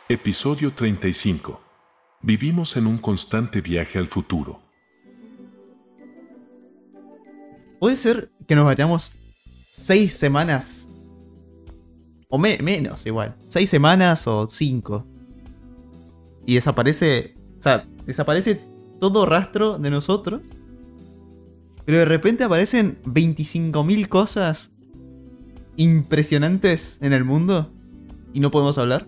Episodio 35. Vivimos en un constante viaje al futuro. Puede ser que nos vayamos 6 semanas. O menos igual. 6 semanas o 5. Y desaparece. O sea, desaparece todo rastro de nosotros. Pero de repente aparecen 25.000 cosas impresionantes en el mundo. Y no podemos hablar.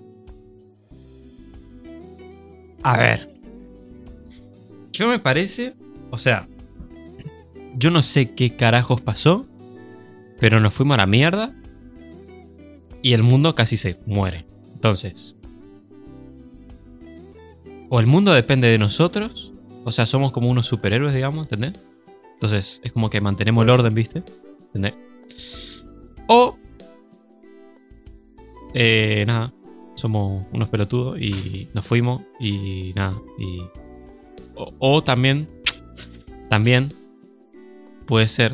A ver. Yo me parece. O sea. Yo no sé qué carajos pasó. Pero nos fuimos a la mierda. Y el mundo casi se muere. Entonces. O el mundo depende de nosotros. O sea, somos como unos superhéroes, digamos, ¿entendés? Entonces, es como que mantenemos el orden, ¿viste? ¿Entendés? O. Nada. Somos unos pelotudos y nos fuimos y nada. O también. También. Puede ser.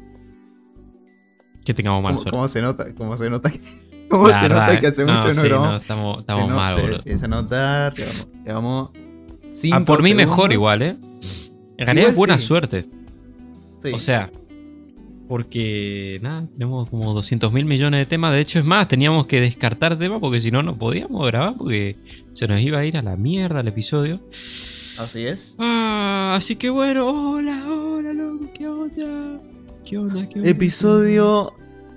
Que tengamos mala suerte. ¿Cómo se nota? ¿Cómo se nota que hace mucho no grabamos? No, estamos mal, boludo. Empieza a notar. Llevamos 5 por mí segundos. mejor igual, ¿eh? En realidad es buena suerte. Sí. O sea, porque nada, tenemos como 200.000 millones de temas. De hecho, es más, teníamos que descartar temas porque si no, no podíamos grabar porque se nos iba a ir a la mierda el episodio. Así es. Así que bueno, hola, loco, ¿qué onda? ¿Qué onda? Episodio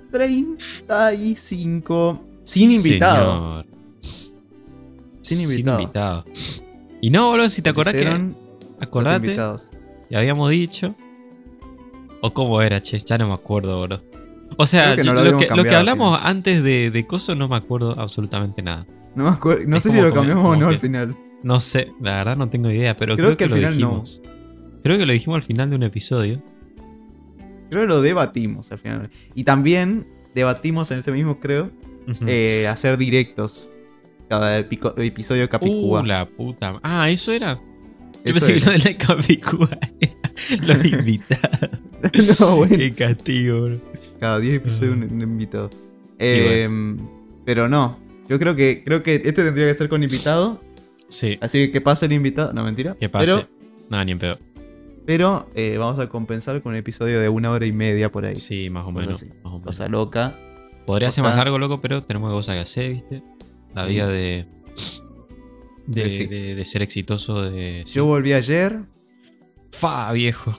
35. Sin invitado. Señor. Sin invitado. Y no, boludo, si te acordás que... Los Acordate, invitados. ya habíamos dicho... ¿O cómo era, che? Ya no me acuerdo, bro. O sea, Creo que no lo que cambiado, hablamos antes de Coso no me acuerdo absolutamente nada. No me acuerdo, no Es sé si como lo cambiamos como o no que- al final. No sé, la verdad no tengo idea, pero creo que al lo final dijimos. Creo que lo dijimos al final de un episodio. Creo que lo debatimos al final. Y también debatimos en ese mismo, creo, Ujú. hacer directos. Cada episodio de Capicúa. La puta. Ah, ¿eso era? Yo Eso pensé que era. lo de la Capicúa era los invitados. No, bueno. Qué castigo, bro. Cada 10 episodios un invitado. Pero no. Yo creo que este tendría que ser con invitado. Sí, Así que pase el invitado. No, mentira. que pase. Nada, ni en pedo. Pero vamos a compensar con un episodio de 1 hora y media por ahí. Sí, más o Cosa menos. así. Más o menos. Cosa loca. Podría ser cosa- más largo, loco, pero tenemos cosas que hacer, ¿viste? La Sí. vida de Sí. ser exitoso. De Yo volví ayer. Fa, viejo.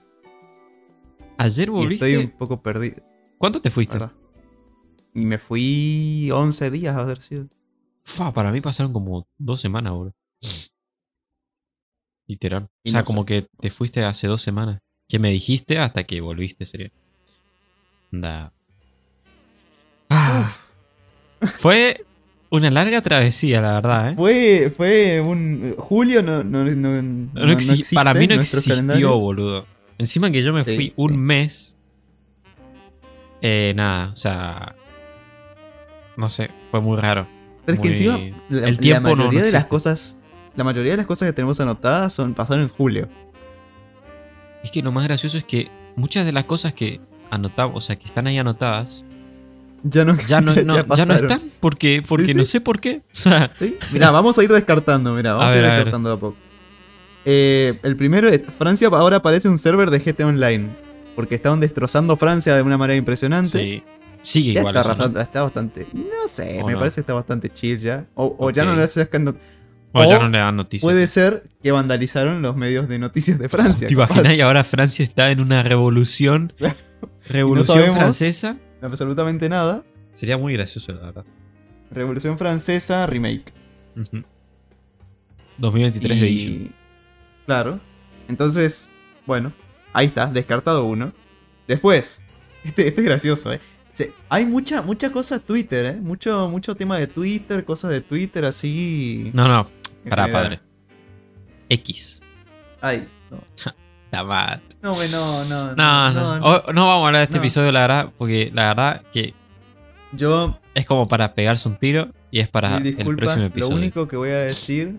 Ayer Y volviste. estoy un poco perdido. ¿Cuánto te fuiste? ¿Verdad? Y me fui 11 días a haber sido. Fa, para mí pasaron como 2 semanas, bro. Literal. Y O sea, no como sé. que te fuiste hace 2 semanas. Que me dijiste hasta que volviste, sería. Anda. Fue una larga travesía, la verdad, ¿eh? Fue un. Julio no existe Para mí no en nuestros existió, calendarios. boludo. Encima que yo me Sí, fui sí. un mes. Nada, o sea. No sé, fue muy raro. Pero es que Muy- encima. el tiempo la no mayoría de las existe. cosas. La mayoría de las cosas que tenemos anotadas pasaron en julio. Es que lo más gracioso es que muchas de las cosas que anotamos, o sea, que están ahí anotadas, Ya no, ya no, ya no pasaron. están porque Sí, no sí. sé por qué. O sea, ¿Sí? Mirá, vamos a ir descartando. Mirá, vamos A a ir ver, a ver. descartando de a poco. El primero es: Francia ahora parece un server de GT Online. Porque estaban destrozando Francia de una manera impresionante. sí. Sigue Ya igual está, eso, ¿no? está bastante. No sé, ¿O me no? parece que está bastante chill ya. O ya Ok. no le hace sacando. O ya o no le dan noticias. Puede ser que vandalizaron los medios de noticias de Francia. ¿Te imaginas? Y ahora Francia está en una revolución. Revolución sabemos. francesa. Absolutamente nada. Sería muy gracioso, la verdad. Revolución Francesa Remake. Ujú. 2023 de issue. Y... Claro. Entonces, bueno, ahí está, descartado uno. Después, este es gracioso, ¿eh? Hay mucha cosa Twitter, ¿eh? Mucho tema de Twitter, cosas de Twitter así. No, en para general. padre. X. Ay, no. La madre. No, no. No, no vamos a hablar de este No. episodio, la verdad, porque la verdad que Yo, es como para pegarse un tiro y es para mil el disculpas, próximo lo episodio. único que voy a decir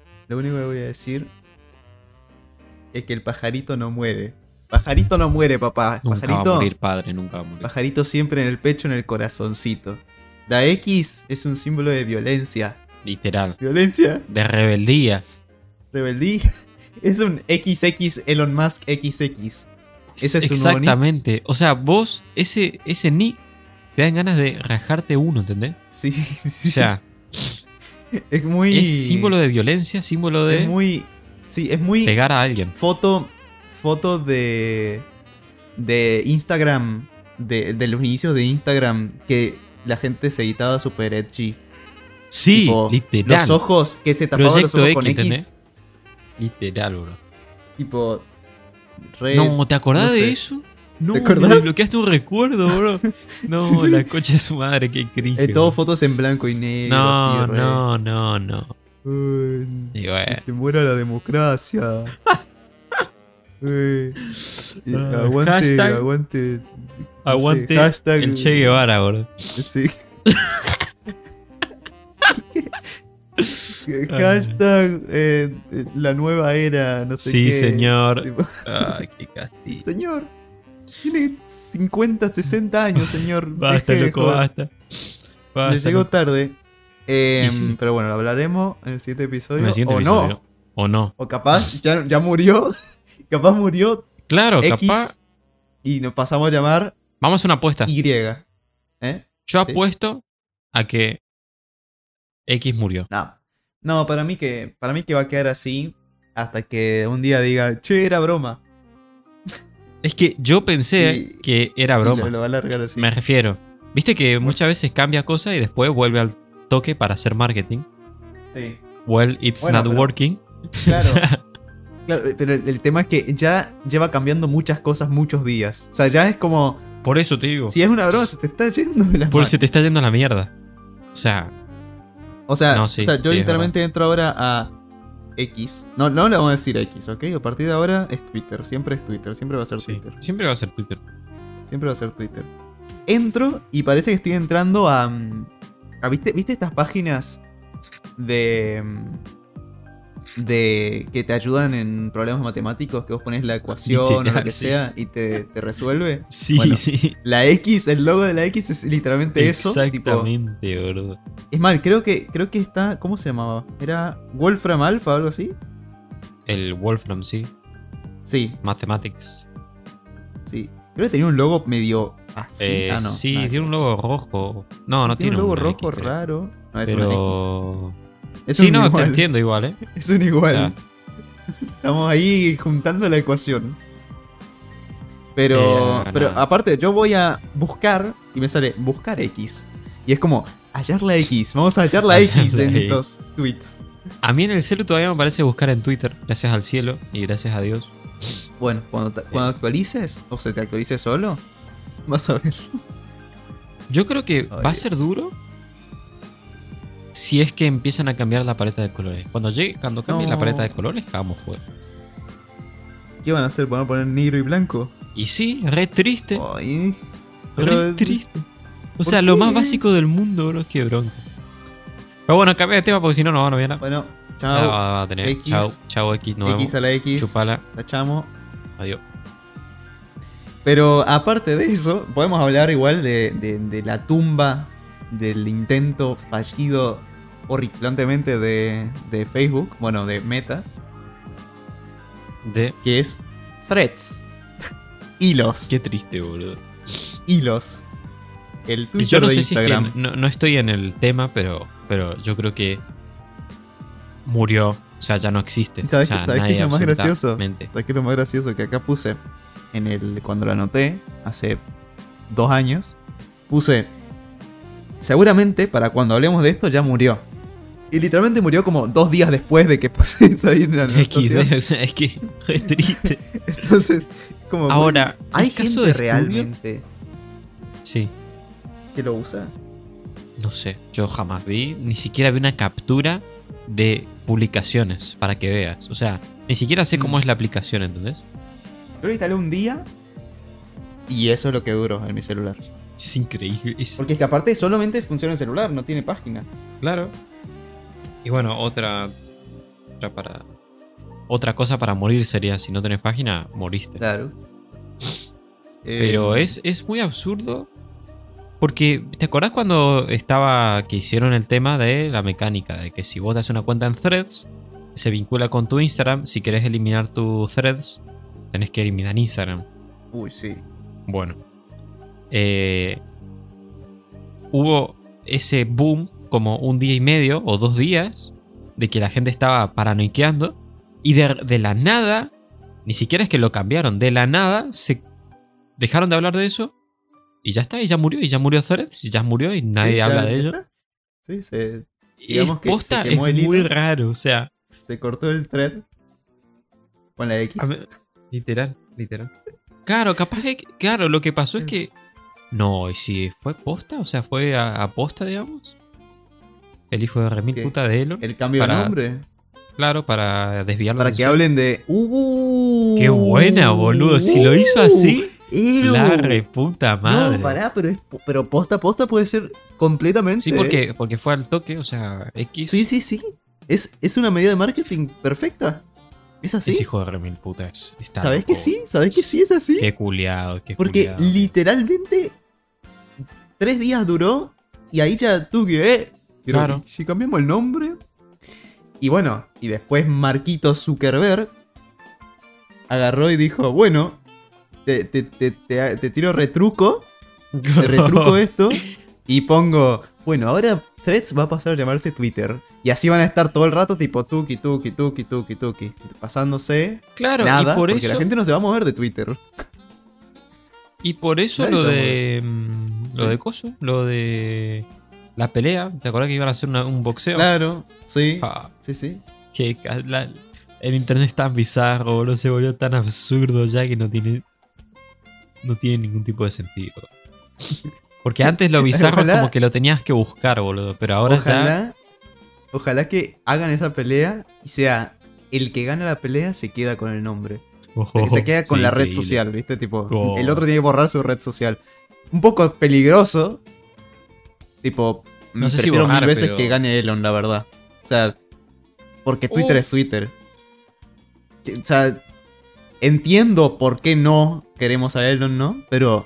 es que el pajarito no muere. Pajarito no muere, papá. Nunca Pajarito, va a morir, padre, nunca va a morir. pajarito siempre en el pecho, en el corazoncito. La X es un símbolo de violencia. Literal. Violencia, De rebeldía. rebeldía. Es un XX Elon Musk XX. Ese es un nuevo nick. Exactamente. O sea, vos, ese nick, te dan ganas de rajarte uno, ¿entendés? Sí, O sí. sea, Es muy. es símbolo de violencia, símbolo de Es muy. Sí, es muy. pegar a alguien. Foto de Instagram, de los inicios de Instagram, que la gente se editaba super edgy. Sí, Tipo, literal. Los ojos, que se tapaban Proyecto los ojos con X, X. ¿entendés? Literal, bro. Tipo. Re, No, ¿te acordás no sé. de eso? No, ¿Te acordás? me desbloqueaste un recuerdo, bro. No, Sí. la concha de su madre, qué cringe. Todo bro. fotos en blanco y negro. No, así, re. no. Uy, Y que bueno. se muera la democracia. Uy, aguante, Hashtag- aguante. no sé, Aguante hashtag, el Che Guevara, bro. Sí. Hashtag la nueva era, no sé Sí, qué. señor. Tipo, Ay, qué castigo. señor, tiene 50, 60 años, señor. Basta, Deje de loco, joder. basta. Basta, Le llegó loco. tarde. Y sí. Pero bueno, lo hablaremos en el siguiente episodio. En el siguiente o episodio. no. O no. O capaz ya murió. Capaz murió Claro, X capaz. y nos pasamos a llamar Vamos a hacer una apuesta. Y. ¿Eh? Yo sí. apuesto a que X murió. No, para mí que va a quedar así hasta que un día diga, che, era broma. Es que yo pensé Sí. que era Y broma. Lo va a largar así. Me refiero. Viste que muchas veces cambia cosas y después vuelve al toque para hacer marketing. Sí, Well, it's Bueno, not pero- working. claro. Claro, pero el tema es que ya lleva cambiando muchas cosas muchos días. O sea, ya es como, Por eso te digo. si es una broma, se te está yendo de las Por manos. si te está yendo a la mierda. O sea, O sea, No, sí, yo sí, literalmente entro ahora a X. No le vamos a decir X, ¿ok? A partir de ahora es Twitter. Siempre es Twitter. Siempre va a ser sí. Twitter. Siempre va a ser Twitter. Siempre va a ser Twitter. Entro y parece que estoy entrando a ¿viste estas páginas de que te ayudan en problemas matemáticos? Que vos pones la ecuación o lo Literal, que sí. sea y te resuelve. Sí, Bueno, sí. La X, el logo de la X es literalmente eso. Tipo, Exactamente, bro. es mal, creo que está. ¿Cómo se llamaba? ¿Era Wolfram Alpha o algo así? El Wolfram, sí. Sí, Mathematics. sí. Creo que tenía un logo medio así. No. sí, nada que tiene un ver. logo rojo. No, no Tiene un logo una rojo X, creo. raro. No, es una X. Pero. Es Sí, un no, te igual. entiendo igual, ¿eh? Es un igual. O sea, Estamos ahí juntando la ecuación. Pero nada. aparte, yo voy a buscar y me sale buscar X. Y es como, hallar la X. Vamos a hallar la Hallar X la en X. estos tweets. A mí en el celu todavía me parece buscar en Twitter, gracias al cielo y gracias a Dios. Bueno, cuando actualices, o se te actualice solo, vas a ver. Yo creo que Ay, va a ser duro si es que empiezan a cambiar la paleta de colores. Cuando cambien No. la paleta de colores, cagamos fuego. ¿Qué van a hacer? ¿Van a poner negro y blanco? Y sí, re triste. Ay, Re triste. O ¿por sea, lo qué? más básico del mundo, bro, qué bronca. Pero bueno, cambia de tema porque si no, no viene nada. Bueno, Ya chao. va a tener. X. Chao, X, nos X vemos. a la X. Chupala. Tachamos. Adiós. Pero aparte de eso, podemos hablar igual de la tumba del intento fallido horripilantemente de Facebook, bueno, de Meta, que es Threads. Hilos. Qué triste, boludo. Hilos. El Y Twitter yo no de sé si es Instagram. que no estoy en el tema, pero yo creo que murió. O sea, ya no existe. ¿Y sabes o sea, qué es nadie lo más gracioso? absolutamente. ¿Sabes qué es lo más gracioso? Que acá puse, cuando lo anoté, hace 2 años, puse, seguramente para cuando hablemos de esto ya murió. Y literalmente murió como 2 días después de que puse eso ahí en la anotación. XD, o sea, es que es triste. Entonces, como... Ahora, ¿hay ¿es caso gente de estudio? realmente Sí, que lo usa? no sé. Yo jamás vi, ni siquiera vi una captura de publicaciones para que veas. O sea, ni siquiera sé cómo es la aplicación, ¿entendés? Yo lo instalé un día y eso es lo que duró en mi celular. Es increíble. Porque es que aparte solamente funciona en celular, no tiene página. Claro. Y bueno, otra cosa para morir sería si no tenés página, moriste. Claro. Pero es muy absurdo Porque, ¿te acordás cuando que hicieron el tema de la mecánica? De que si vos te haces una cuenta en Threads, se vincula con tu Instagram. Si querés eliminar tu Threads, tenés que eliminar Instagram. Uy, sí. Bueno. Hubo ese boom como un día y medio o 2 días de que la gente estaba paranoiqueando y de la nada, ni siquiera es que lo cambiaron, de la nada se dejaron de hablar de eso y ya está, y ya murió Threads, y ya murió y nadie Sí, habla ya de ello. está. Sí, Es digamos que posta, se es quemó el muy hilo. raro, o sea, Se cortó el thread con la X. literal. Claro, claro, lo que pasó es que no, y si fue posta, o sea, fue a posta, digamos. El hijo de remil ¿Qué? puta de Elon. El cambio de nombre. Claro, para desviar la Para que atención. hablen de. ¡Qué buena, boludo! Si lo hizo así, Ew. la reputa madre. No, pará, pero posta puede ser completamente. Sí, porque fue al toque, o sea, X. Sí. Es una medida de marketing perfecta. ¿Es así? Ese hijo de remil puta está ¿Sabés loco. que sí? ¿Sabés que sí es así? Qué culiado, qué Porque culiado. literalmente 3 días duró y ahí ya tú que, pero Claro. si cambiamos el nombre. Y bueno, y después Marquito Zuckerberg agarró y dijo, bueno, te tiro retruco, te retruco esto y pongo, bueno, ahora Threads va a pasar a llamarse Twitter. Y así van a estar todo el rato tipo tuki, pasándose Claro, nada, y por porque eso, la gente no se va a mover de Twitter. lo Nadie se de. Lo de coso, lo de. La pelea. ¿Te acuerdas que iban a hacer un boxeo? Claro, sí, Ah, sí. el internet es tan bizarro, boludo, se volvió tan absurdo ya que no tiene ningún tipo de sentido. Porque antes lo bizarro Ojalá- es como que lo tenías que buscar, boludo, pero ahora ya... Ojalá que hagan esa pelea y sea el que gana la pelea se queda con el nombre. Que se queda con sí, la red increíble. social, ¿viste? Tipo, Oh. el otro tiene que borrar su red social. Un poco peligroso. Tipo, No sé si prefiero borrar, mil veces pero- que gane Elon, la verdad. O sea, porque Twitter Uf. es Twitter. O sea, entiendo por qué no queremos a Elon, ¿no? Pero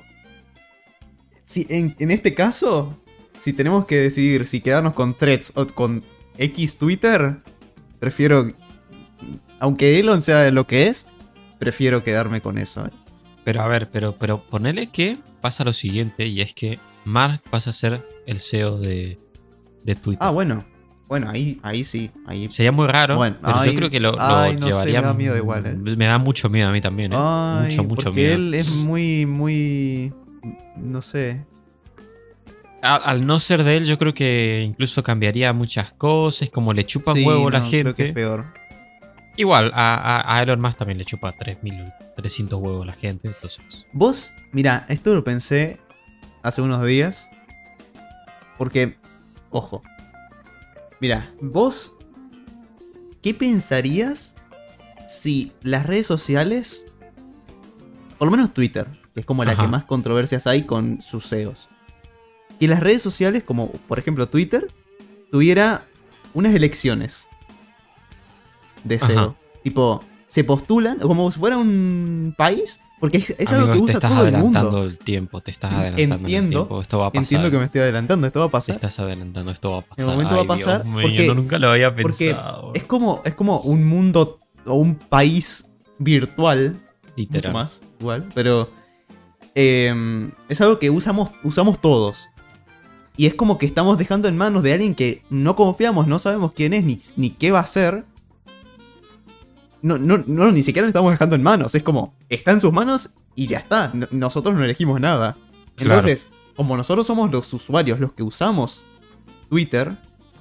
si en este caso, si tenemos que decidir si quedarnos con Threads o con X Twitter, prefiero, aunque Elon sea lo que es, prefiero quedarme con eso. Pero a ver, pero ponele que pasa lo siguiente, y es que Mark pasa a ser el CEO de Twitter. Ah, bueno, ahí sí, ahí. Sería muy raro, Bueno, pero ay, yo creo que lo ay, no sé, llevaría... me da miedo igual, ¿eh? Me da mucho miedo a mí también, ¿eh? Ay, mucho porque miedo. él es muy, no sé. Al no ser de él, yo creo que incluso cambiaría muchas cosas, como le chupan Sí, huevo la no, creo que es gente. peor. Igual, a Elon Musk también le chupa 3.300 huevos la gente, entonces... Vos, mira, esto lo pensé hace unos días. Porque, ojo. Mira, vos, ¿qué pensarías si las redes sociales, por lo menos Twitter, que es como la Ajá. que más controversias hay con sus CEOs, que las redes sociales, como por ejemplo Twitter, tuviera unas elecciones de Ajá. CEO? Tipo, se postulan como si fuera un país, porque es algo Amigo, que te usa estás todo el adelantando mundo. el tiempo, te estás adelantando en el Entiendo, tiempo. Esto va a pasar. entiendo que me estoy adelantando, esto va a Te pasar. estás adelantando, esto va a pasar. En el momento va a Ay, pasar, Dios mío, porque- yo nunca lo había Porque pensado. es como un mundo o un país virtual, Literal. mucho más igual, pero es algo que usamos todos. Y es como que estamos dejando en manos de alguien que no confiamos, no sabemos quién es ni qué va a hacer. No, ni siquiera lo estamos dejando en manos. Es como, está en sus manos y ya está. Nosotros no elegimos nada. Claro. Entonces, como nosotros somos los usuarios, los que usamos Twitter,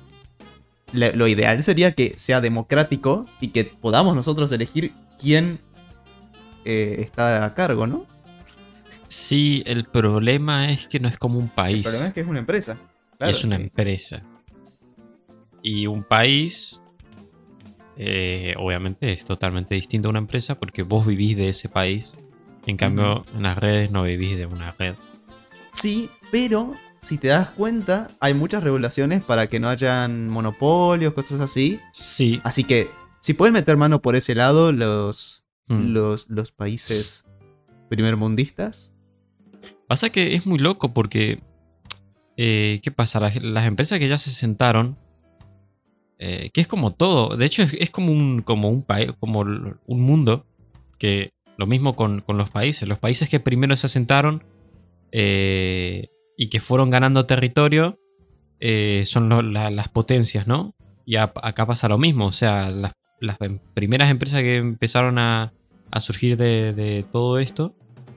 lo ideal sería que sea democrático y que podamos nosotros elegir quién está a cargo, ¿no? Sí, el problema es que no es como un El país. problema es que es una empresa. Y Claro, es una sí. empresa. Y un país, obviamente, es totalmente distinto a una empresa porque vos vivís de ese país. En cambio, en las redes no vivís de una red. Sí, pero si te das cuenta, hay muchas regulaciones para que no hayan monopolios, cosas así. Sí. Así que, si pueden meter mano por ese lado los Mm. países primermundistas. Pasa que es muy loco porque ¿qué pasa? Las empresas que ya se sentaron, que es como todo, de hecho es como un país, como un mundo, que lo mismo con los países que primero se asentaron y que fueron ganando territorio, son las potencias, ¿no? Y acá pasa lo mismo, o sea, las primeras empresas que empezaron a surgir de todo esto,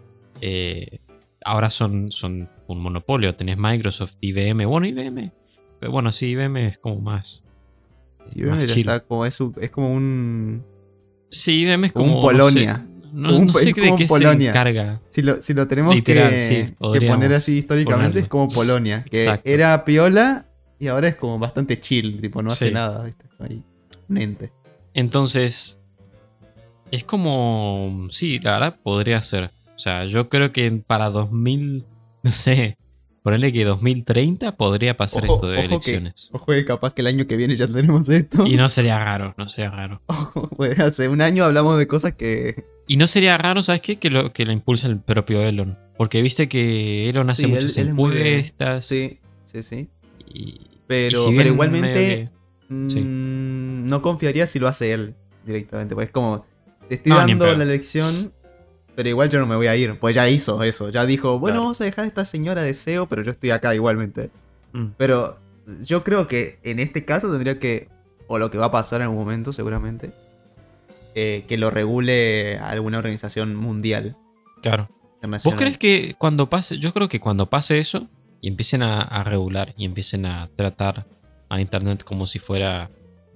ahora son un monopolio. Tenés Microsoft, IBM, bueno, IBM, pero bueno, sí, IBM es como más, IBM ya chill. está como es como un Sí, IBM es como un como, Polonia. no sé Es de como qué se Polonia. encarga. Si lo tenemos Literal, sí, que podríamos poner así históricamente, ponerlo. es como Polonia, que Exacto. era piola y ahora es como bastante chill, tipo, no hace Sí. nada, ¿viste? Ahí, un ente. Entonces, es como, sí, la verdad podría ser. O sea, yo creo que para 2000, no sé, ponerle que 2030 podría pasar esto de elecciones. Ojo que capaz que el año que viene ya tenemos esto. Y no sería raro, no sería raro. Ojo, pues, hace un año hablamos de cosas que... Y no sería raro, ¿sabes qué? Que lo impulsa el propio Elon. Porque viste que Elon hace Sí, muchas él es muy de... encuestas. Sí, sí, sí. Y Pero, si pero bien medio igualmente sí. no confiaría si lo hace él directamente. Pues es como, te estoy No, ni en dando pedo. la elección, pero igual yo no me voy a ir. Pues ya hizo eso. Ya dijo, bueno, Claro. vamos a dejar a esta señora de SEO, pero yo estoy acá igualmente. Mm. Pero yo creo que en este caso tendría que, o lo que va a pasar en algún momento seguramente, que lo regule alguna organización mundial, Claro. internacional. ¿Vos crees que cuando pase, yo creo que cuando pase eso y empiecen a regular y empiecen a tratar a Internet como si fuera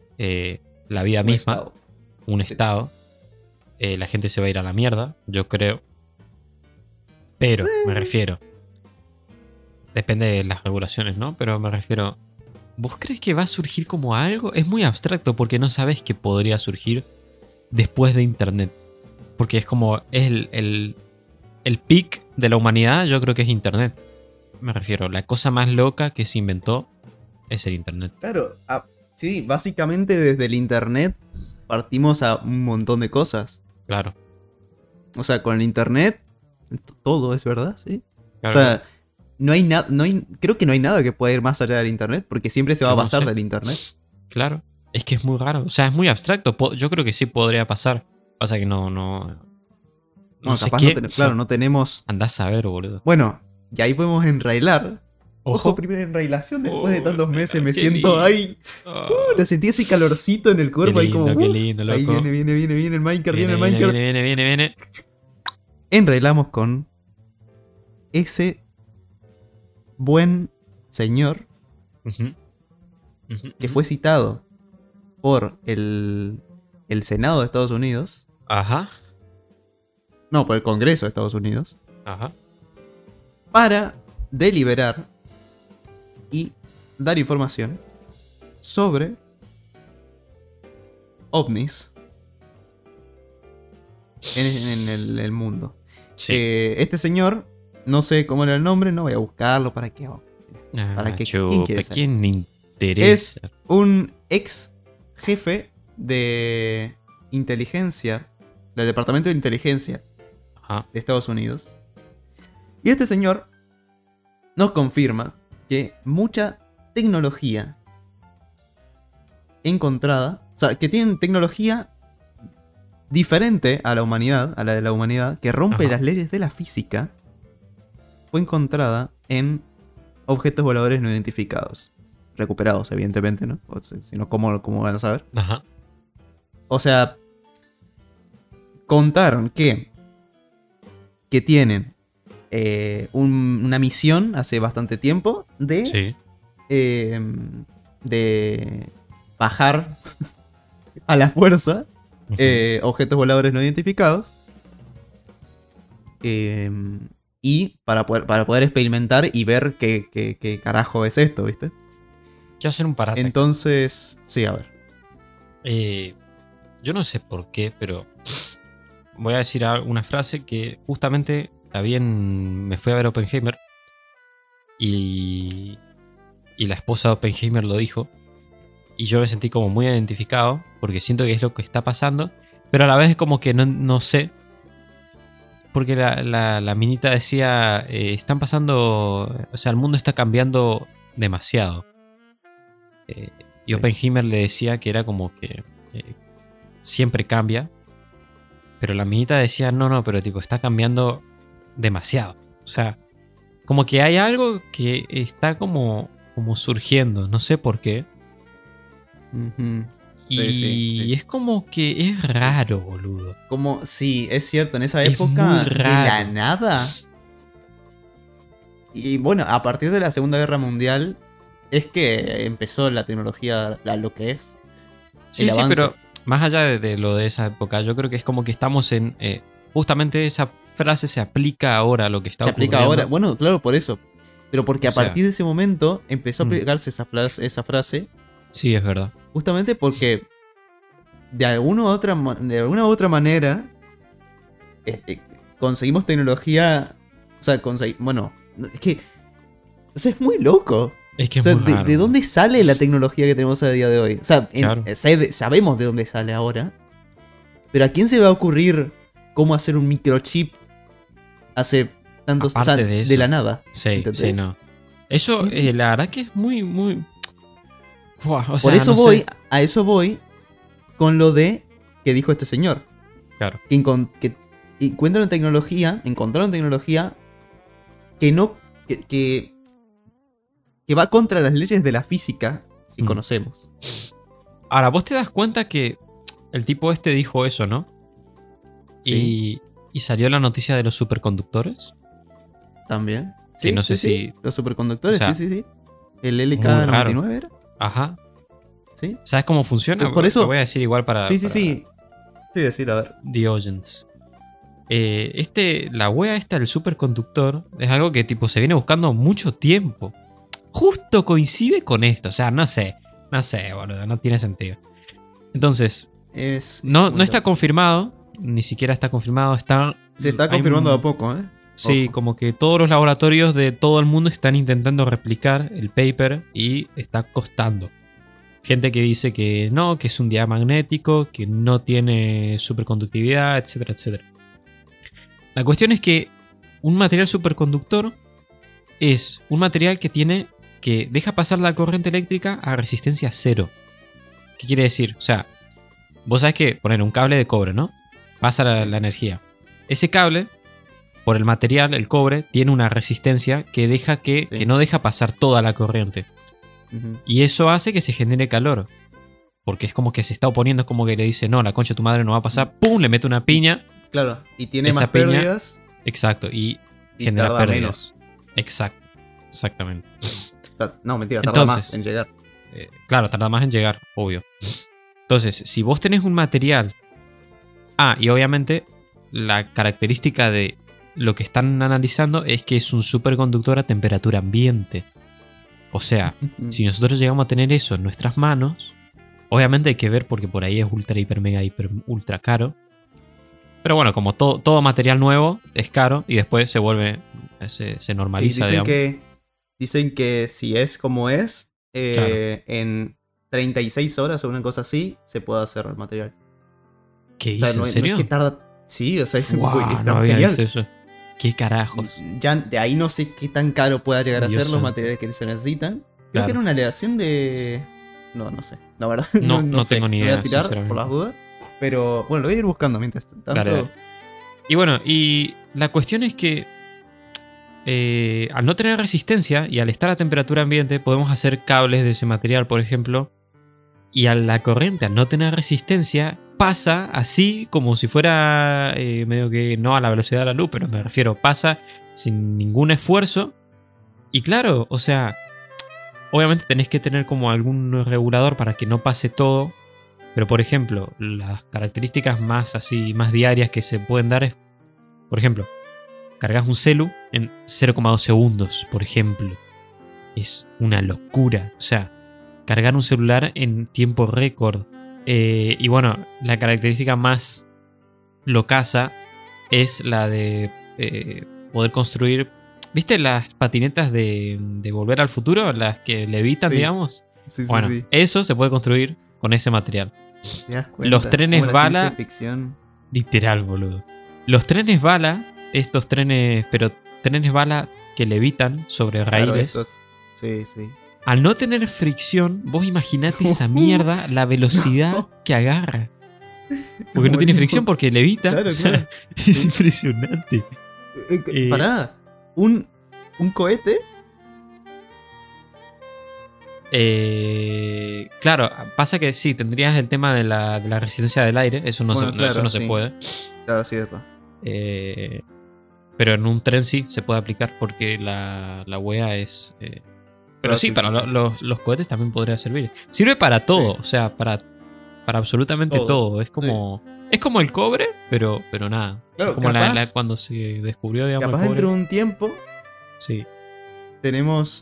la vida Un misma, estado? un Sí. estado, la gente se va a ir a la mierda, yo creo. Pero, me refiero, depende de las regulaciones, ¿no? Pero me refiero, ¿vos crees que va a surgir como algo? Es muy abstracto porque no sabes qué podría surgir después de Internet. Porque es como, es el peak de la humanidad, yo creo que es Internet. Me refiero, la cosa más loca que se inventó es el Internet. Claro, sí, básicamente desde el internet partimos a un montón de cosas. Claro. O sea, con el internet todo es verdad, ¿sí? Claro. O sea, creo que no hay nada que pueda ir más allá del internet, porque siempre se va Yo a no basar sé. del internet. Claro. Es que es muy raro. O sea, es muy abstracto. Yo creo que sí podría pasar. Pasa que no Bueno, sé capaz qué. claro, no tenemos. Andás a ver, boludo. Bueno, y ahí podemos enrailar. Ojo, Ojo. primera enrailación después de Oh, tantos meses. Me qué siento lindo. ahí. Oh, Le sentí ese calorcito en el qué cuerpo ahí como. lindo, qué lindo, loco. Ahí viene el Minecraft, viene el Minecraft. Viene. Enrailamos con ese buen señor Ujú. Ujú, que ujú. fue citado por el Senado de Estados Unidos. Ajá. No, por el Congreso de Estados Unidos. Ajá. Para deliberar y dar información sobre ovnis en el mundo. Sí. Este señor, no sé cómo era el nombre, no voy a buscarlo para qué. ¿para qué? ¿Quién Chupa, quiere ser? ¿quién interesa? Un ex jefe de inteligencia, del Departamento de Inteligencia Ajá. de Estados Unidos. Y este señor nos confirma que mucha tecnología encontrada, o sea, que tienen tecnología diferente a la humanidad, a la de la humanidad, que rompe Ajá. las leyes de la física, fue encontrada en objetos voladores no identificados. Recuperados, evidentemente, ¿no? O sea, si no, ¿cómo van a saber? Ajá. O sea, contaron que tienen una misión hace bastante tiempo Sí. de bajar a la fuerza Ujú. objetos voladores no identificados y para poder experimentar y ver qué carajo es esto, ¿viste? Quiero hacer un parate. Entonces, sí, a ver. Yo no sé por qué, pero voy a decir una frase que justamente me fui a ver Oppenheimer y la esposa de Oppenheimer lo dijo y yo me sentí como muy identificado porque siento que es lo que está pasando, pero a la vez es como que no sé porque la minita decía, están pasando, o sea, el mundo está cambiando demasiado. Y Oppenheimer le decía que era como que siempre cambia. Pero la minita decía, no, pero tipo, está cambiando demasiado. O sea, como que hay algo que está como surgiendo, no sé por qué. Ujú. Y Sí. es como que es raro, boludo. Como, sí, es cierto, en esa Es época, muy de raro. la nada. Y bueno, a partir de la Segunda Guerra Mundial es que empezó la tecnología, lo que es. Sí, el sí, avance. pero más allá de lo de esa época, yo creo que es como que estamos en... justamente esa frase se aplica ahora a lo que está Se ocurriendo. aplica ahora. Bueno, claro, por eso. Pero porque O a sea, partir de ese momento empezó a mm. aplicarse esa frase. Sí, es verdad. Justamente porque de alguna u otra manera conseguimos tecnología. O sea, bueno, es que. O sea, es muy loco. Es que O es sea, muy raro. ¿de dónde sale la tecnología que tenemos a día de hoy? O sea, Claro. sabemos de dónde sale ahora. Pero ¿a quién se le va a ocurrir cómo hacer un microchip hace tantos Aparte o sea, de eso. de la nada? Sí, ¿entendés? sí, no. Eso, la verdad que es muy, muy... Buah, o Por sea, eso no voy, sé. a eso voy con lo de que dijo este señor. Claro. Que encontraron tecnología que no. Que va contra las leyes de la física que conocemos. Ahora, vos te das cuenta que el tipo este dijo eso, ¿no? Sí. Y salió la noticia de los superconductores. También. Que no sé si... Los superconductores, o sea, sí. El muy LK99 era. Ajá. Sí. ¿Sabes cómo funciona? Por eso- Lo voy a decir igual para... Sí. para Sí, decir, a ver. The Audience. La wea esta del superconductor es algo que tipo se viene buscando mucho tiempo. Justo coincide con esto. O sea, no sé, boludo, no tiene sentido. Entonces, no está confirmado. Ni siquiera está confirmado. Se está hay confirmando de a poco, ¿eh? Sí, Ojo. como que todos los laboratorios de todo el mundo están intentando replicar el paper y está costando. Gente que dice que no, que es un diamagnético, que no tiene superconductividad, etcétera, etcétera. La cuestión es que un material superconductor es un material que deja pasar la corriente eléctrica a resistencia cero. ¿Qué quiere decir? O sea, vos sabés que poner un cable de cobre, ¿no? Pasa la energía. Ese cable, por el material, el cobre, tiene una resistencia que deja que no deja pasar toda la corriente. Ujú. Y eso hace que se genere calor. Porque es como que se está oponiendo, es como que le dice, no, la concha de tu madre no va a pasar. ¡Pum! Le mete una piña. Claro, y tiene Esa más piña- pérdidas. Exacto. Y Y genera tarda pérdidas. menos. Exacto. Exactamente. No, mentira, tarda Entonces, más en llegar. Claro, tarda más en llegar, obvio. Entonces, si vos tenés un material... y obviamente la característica de lo que están analizando es que es un superconductor a temperatura ambiente. O sea, si nosotros llegamos a tener eso en nuestras manos, obviamente hay que ver porque por ahí es ultra, hiper, mega, hiper, ultra caro. Pero bueno, como todo material nuevo es caro y después se vuelve, se normaliza, digamos. Dicen que si es como es, Claro. en 36 horas o una cosa así, se puede hacer el material. ¿Qué O dices? sea, no ¿En serio? es que tarda. Sí, o sea, es Guau, está no había genial. visto eso. ¿Qué carajos? Ya de ahí no sé qué tan caro pueda llegar a Dios ser los santo. materiales que se necesitan. Creo Claro. que era una aleación de. No sé. La verdad. No sé. tengo ni Voy idea, a tirar sinceramente. por las dudas. Pero bueno, lo voy a ir buscando mientras tanto. Dale. Y bueno, y la cuestión es que al no tener resistencia y al estar a temperatura ambiente, podemos hacer cables de ese material, por ejemplo. Y a la corriente, al no tener resistencia, pasa así como si fuera medio que no a la velocidad de la luz, pero me refiero, pasa sin ningún esfuerzo. Y claro, o sea, obviamente tenés que tener como algún regulador para que no pase todo. Pero por ejemplo, las características más así, más diarias que se pueden dar es, por ejemplo, cargas un celu en 0,2 segundos, por ejemplo. Es una locura. O sea, cargar un celular en tiempo récord. Y bueno, la característica más locaza es la de poder construir. ¿Viste las patinetas de Volver al Futuro? Las que levitan, Sí. digamos. Sí, Bueno, sí. eso se puede construir con ese material. ¿Te das cuenta? los trenes Cómo la bala- ciencia ficción. Literal, boludo. Los trenes bala estos trenes, pero trenes bala que levitan sobre Claro, raíles. Sí, sí. Al no tener fricción, vos imaginate esa mierda, la velocidad que agarra. Porque no tiene fricción, porque levita. Claro, o sea, claro. es impresionante. Pará, un cohete. Claro, pasa que sí, tendrías el tema de la resistencia del aire. Eso no, Bueno, claro, eso no se sí. puede. Claro, cierto. Pero en un tren sí se puede aplicar porque la wea es... pero Claro, sí, sí, para sí, sí. los cohetes también podría servir. Sirve para todo, Sí. o sea, para absolutamente Todo, todo. Es como el cobre, pero nada. Claro, Es como capaz- cuando se descubrió, digamos, Capaz el cobre. dentro de un tiempo Sí. tenemos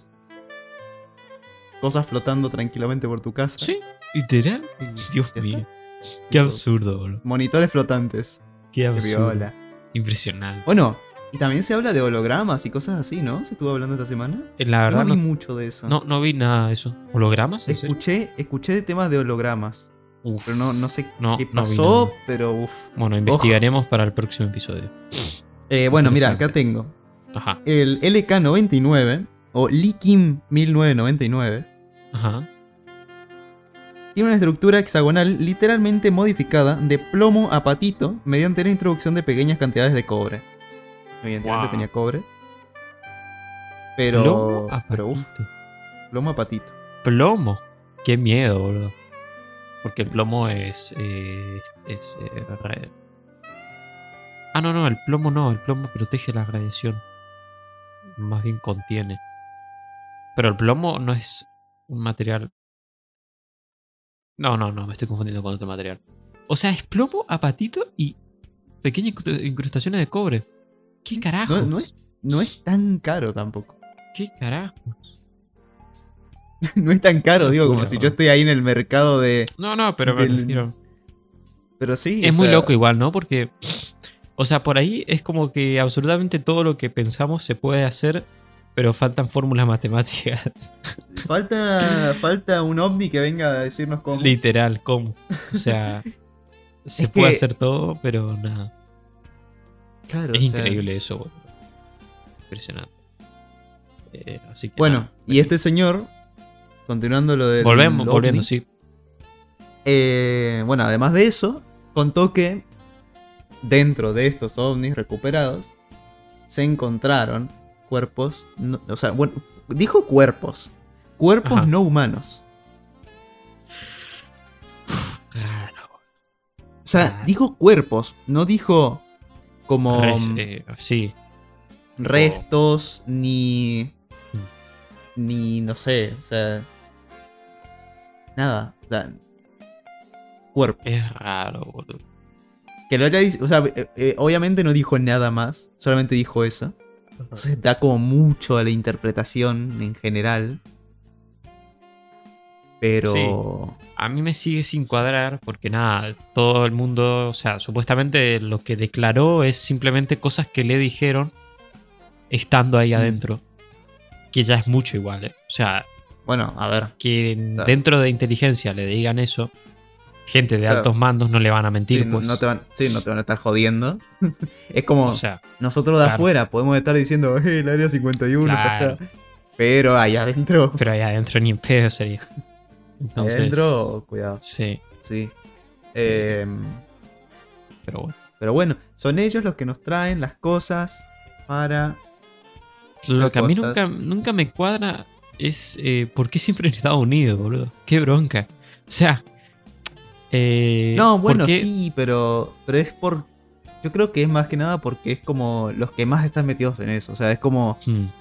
cosas flotando tranquilamente por tu casa. Sí, literal. Y Dios ya mío. está. Qué absurdo, boludo. Monitores flotantes. Qué Qué absurdo. viola. Impresionante. Bueno, y también se habla de hologramas y cosas así, ¿no? ¿Se estuvo hablando esta semana? La verdad no vi no, mucho de eso. no vi nada de eso. ¿Hologramas? ¿En serio? Escuché de temas de hologramas. Uf. Pero no sé No, qué no vi pasó, nada. pero uff. Bueno, investigaremos para el próximo episodio. Bueno, mira, Interesante. acá tengo. Ajá. El LK-99 o Likim 1999 Ajá. tiene una estructura hexagonal literalmente modificada de plomo a patito mediante la introducción de pequeñas cantidades de cobre. Evidentemente Wow. tenía cobre. Pero. Plomo a pero uf, patito. plomo a patito. Plomo. Qué miedo, boludo. Porque el plomo es no, el plomo no. El plomo protege la radiación. Más bien contiene. Pero el plomo no es un material. No, me estoy confundiendo con otro material. O sea, es plomo a patito y pequeñas incrustaciones de cobre. ¿Qué carajo? No es tan caro tampoco. ¿Qué carajos? No es tan caro, digo, como Locura, si yo bro. estoy ahí en el mercado de. No, pero me Del- refiero. Pero sí. Es o muy sea, loco igual, ¿no? Porque, o sea, por ahí es como que absolutamente todo lo que pensamos se puede hacer, pero faltan fórmulas matemáticas. Falta un ovni que venga a decirnos cómo. Literal, ¿cómo? O sea, se Es puede que- hacer todo, pero nada. Claro, Es o sea, increíble eso, boludo. Impresionante. Así que Bueno, nada. y este señor, continuando lo del. Volviendo, ovni, sí. Bueno, además de eso, contó que dentro de estos ovnis recuperados se encontraron cuerpos. O sea, bueno, dijo cuerpos. Cuerpos Ajá. no humanos. Claro. O sea, dijo cuerpos, no dijo como Sí. restos ni. Ni no sé, o sea. Nada. O sea, cuerpo. Es raro, boludo. Que lo haya dicho. O sea, obviamente no dijo nada más. Solamente dijo eso. Entonces da como mucho a la interpretación en general. Pero. A mí me sigue sin cuadrar porque nada, todo el mundo, o sea, supuestamente lo que declaró es simplemente cosas que le dijeron estando ahí adentro. Que ya es mucho igual, ¿eh? O sea, Bueno, a ver. que Claro. dentro de inteligencia le digan eso, gente de Claro. altos mandos no le van a mentir, Sí, pues. no te van a estar jodiendo. Es como. O sea, Nosotros de claro. afuera podemos estar diciendo, el área 51 Claro. está. Pero ahí adentro. pero ahí adentro ni en pedo sería. Entonces, Adentro, cuidado. sí, Sí. pero bueno. Pero bueno, son ellos los que nos traen las cosas para. Lo que a mí cosas. nunca me cuadra es por qué siempre en Estados Unidos, boludo. Qué bronca. O sea, No, bueno, ¿por qué? sí, pero es por. Yo creo que es más que nada porque es como los que más están metidos en eso. O sea, es como.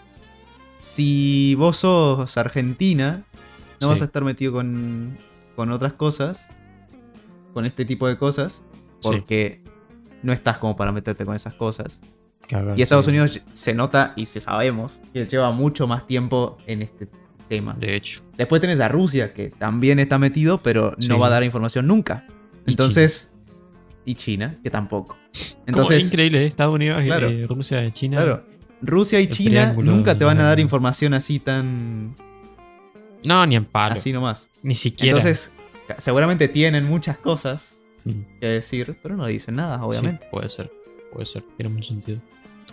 Si vos sos Argentina, no Sí. vas a estar metido con otras cosas. Con este tipo de cosas. Porque no estás como para meterte con esas cosas. Cagar, Y Estados sí. Unidos se nota y se sabemos que lleva mucho más tiempo en este tema. De hecho. Después tenés a Rusia, que también está metido, pero Sí. no va a dar información nunca. Y Entonces. Y China, que tampoco. Como Entonces. increíble, ¿eh? Estados Unidos, Claro. Rusia, China. Claro. Rusia y El China triángulo nunca te van a dar de- información así tan. No, ni en palo. Así nomás. Ni siquiera. Entonces, seguramente tienen muchas cosas Mm, que decir, pero no dicen nada, obviamente. sí, puede ser. Tiene mucho sentido.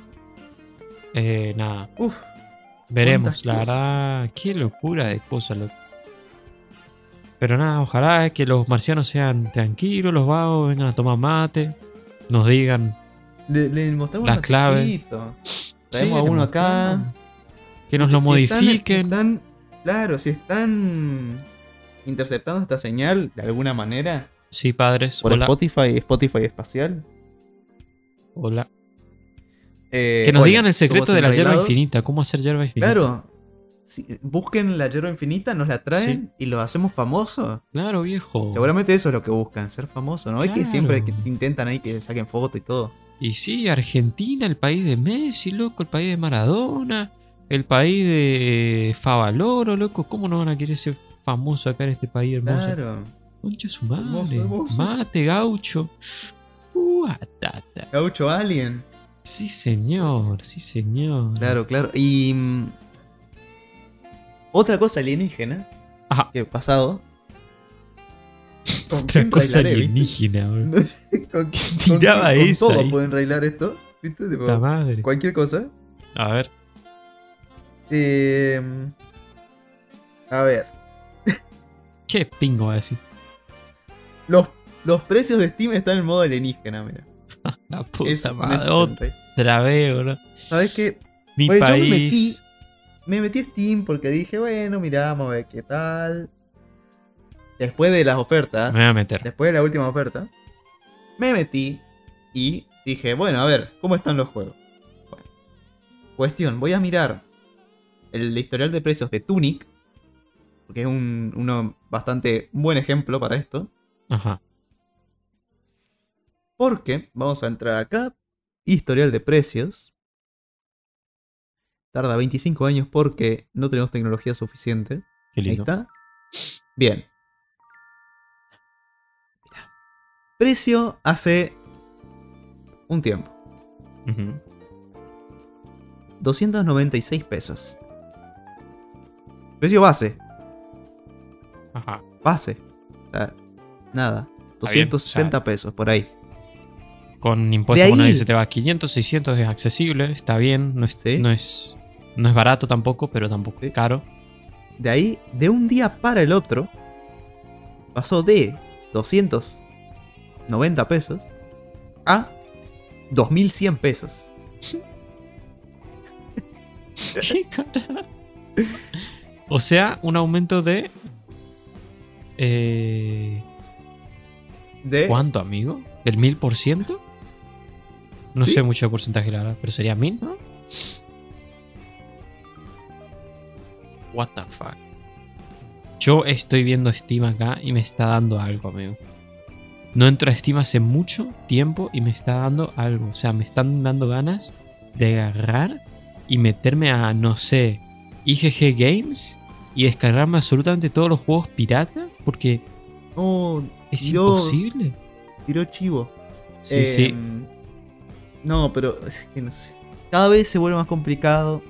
Nada. Uf, Veremos, ¿cuántas la cosas? verdad. Qué locura de cosas, loco. Pero nada, ojalá que los marcianos sean tranquilos, los vagos, vengan a tomar mate, nos digan Le mostramos las un claves. matecito. Sí, Traemos a le uno acá. mostramos. Que nos lo Si modifiquen. claro, si están interceptando esta señal de alguna manera Sí, padres. por Hola. Spotify espacial. Hola. Que nos Hola, digan el secreto somos de la hierba Enrailados. infinita. ¿Cómo hacer hierba infinita? Claro, busquen la hierba infinita, nos la traen y lo hacemos famoso. Claro, viejo. Seguramente eso es lo que buscan, ser famoso, ¿no? Es que Claro. siempre que intentan ahí que saquen foto y todo. Y sí, Argentina, el país de Messi, loco, el país de Maradona, el país de Favaloro, loco. ¿Cómo no van a querer ser famosos acá en este país hermoso? Claro. Concha su madre. Hermoso, hermoso. Mate, gaucho. Atata. Gaucho Alien. Sí, señor, sí, señor. Claro, claro. Y otra cosa alienígena Ajá. que ha pasado. ¿Con Otra quién cosa railaré, viste? alienígena, bro. No sé, tiraba con esa todo ahí? pueden railar esto. ¿Viste? Tipo, Puta madre. cualquier cosa. A ver. A ver. ¿Qué pingo va a decir? Los precios de Steam están en modo alienígena, mira. La puta Eso, con madre. eso te enrailas. Otra vez, bro. ¿Sabes qué? Mi Oye, yo país. me metí a Steam porque dije, bueno, mira, vamos a ver qué tal. Después de las ofertas, Me voy a meter. después de la última oferta, me metí y dije, bueno, a ver, ¿cómo están los juegos? Bueno, cuestión, voy a mirar el historial de precios de Tunic, porque es uno bastante buen ejemplo para esto. Ajá. Porque vamos a entrar acá, historial de precios. Tarda 25 años porque no tenemos tecnología suficiente. Qué Ahí lindo. está. Bien. Mirá. Precio hace un tiempo. Ujú. 296 pesos. Precio base. Ajá. Base. O sea, nada. Está bien, 260 pesos por ahí. Con impuestos De por ahí- nadie se te va 500, 600, es accesible, está bien, no es, Sí. no es barato tampoco, pero tampoco Sí. es caro. De ahí, de un día para el otro, pasó de 290 pesos a 2100 pesos. ¿Qué carajo? O sea, un aumento de... De ¿Cuánto, amigo? ¿Del 1000%? No Sí. sé mucho de porcentaje, la verdad, pero sería 1000, ¿no? What the fuck. Yo estoy viendo Steam acá y me está dando algo, amigo. No entro a Steam hace mucho tiempo y me está dando algo. O sea, me están dando ganas de agarrar y meterme a, no sé, IGG Games y descargarme absolutamente todos los juegos pirata porque Oh, es tiró- imposible. tiró chivo. Sí, sí. No, pero es que no sé. Cada vez se vuelve más complicado.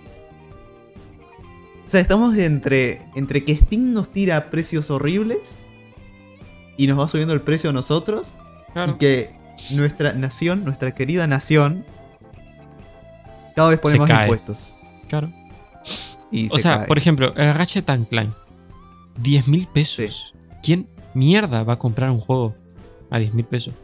O sea, estamos entre que Steam nos tira precios horribles y nos va subiendo el precio a nosotros. Claro. Y que nuestra nación, nuestra querida nación, cada vez pone Se más cae. impuestos. Claro. Y O se sea, cae. por ejemplo, el Ratchet Clank. 10.000 pesos. ¿Quién mierda va a comprar un juego a 10.000 pesos?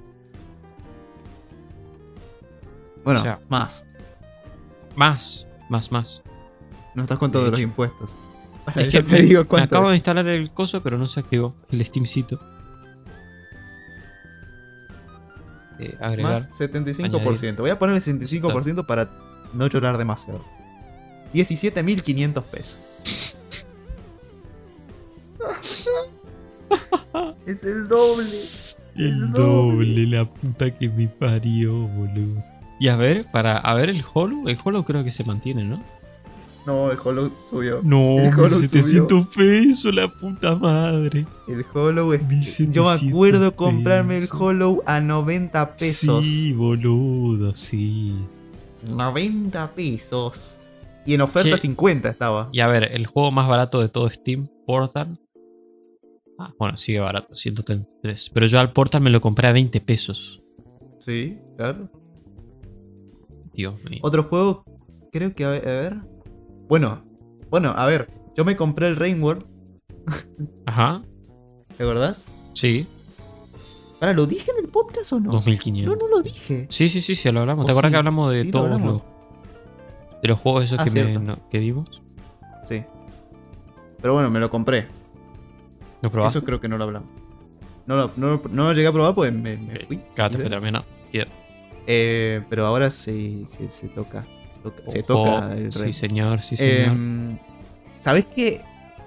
Bueno, o sea, más. Más. No estás contando de los hecho. impuestos. Es Ya que te digo me cuánto acabo es. de instalar el coso, pero no se activó. El Steamcito. Agregar. Más 75%. Voy a poner el 65% para no llorar demasiado. 17.500 pesos. Es el doble. El doble, la puta que me parió, boludo. Y a ver, el Hollow creo que se mantiene, ¿no? No, el Hollow subió. No, El Hollow 1700 pesos, la puta madre. El Hollow es... 1700 Yo me acuerdo comprarme el pesos. Hollow a 90 pesos. Sí, boludo, sí. 90 pesos. Y en oferta Che. 50 estaba. Y a ver, el juego más barato de todo Steam, Portal. Ah, bueno, sigue barato, 133. Pero yo al Portal me lo compré a 20 pesos. Sí, claro. Dios mío. Otro juego creo que a ver. Bueno, a ver. Yo me compré el Rain World, Ajá. ¿te acordás? Sí. Ahora, ¿lo dije en el podcast o no? 2500. No lo dije. Sí, lo hablamos. Oh, ¿Te acuerdas sí, que hablamos de sí, lo todos hablamos. de los juegos esos Ah, que, cierto. que vimos? Sí. Pero bueno, me lo compré. ¿Lo probaste? Eso creo que no lo hablamos. No lo llegué a probar porque me fui. Cada te fue terminado. Pero ahora sí se toca. Se Ojo. toca el Sí, Rain. señor, sí, señor. ¿Sabes qué?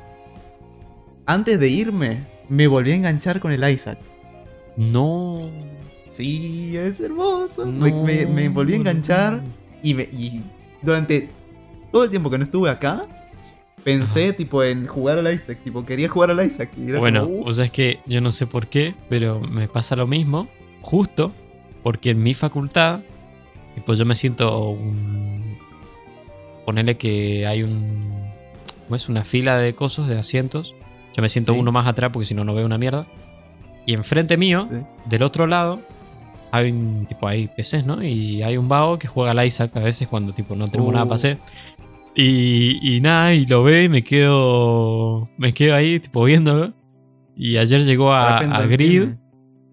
Antes de irme, me volví a enganchar con el Isaac. No. Sí, es hermoso. No, Me volví a enganchar no. y durante todo el tiempo que no estuve acá, pensé tipo en jugar al Isaac. Tipo, quería jugar al Isaac. Y era Bueno, como, o sea, es que yo no sé por qué, pero me pasa lo mismo. Justo porque en mi facultad, tipo, yo me siento Ponele que hay ¿cómo es? Una fila de cosos, de asientos. Yo me siento Sí. uno más atrás porque si no, no veo una mierda. Y enfrente mío, Sí. del otro lado, hay PCs, ¿no? Y hay un vago que juega al Isaac a veces cuando tipo no tenemos nada para hacer. Y nada, y lo veo y me quedo ahí, tipo, viéndolo. Y ayer llegó a Repentance Grid tiene.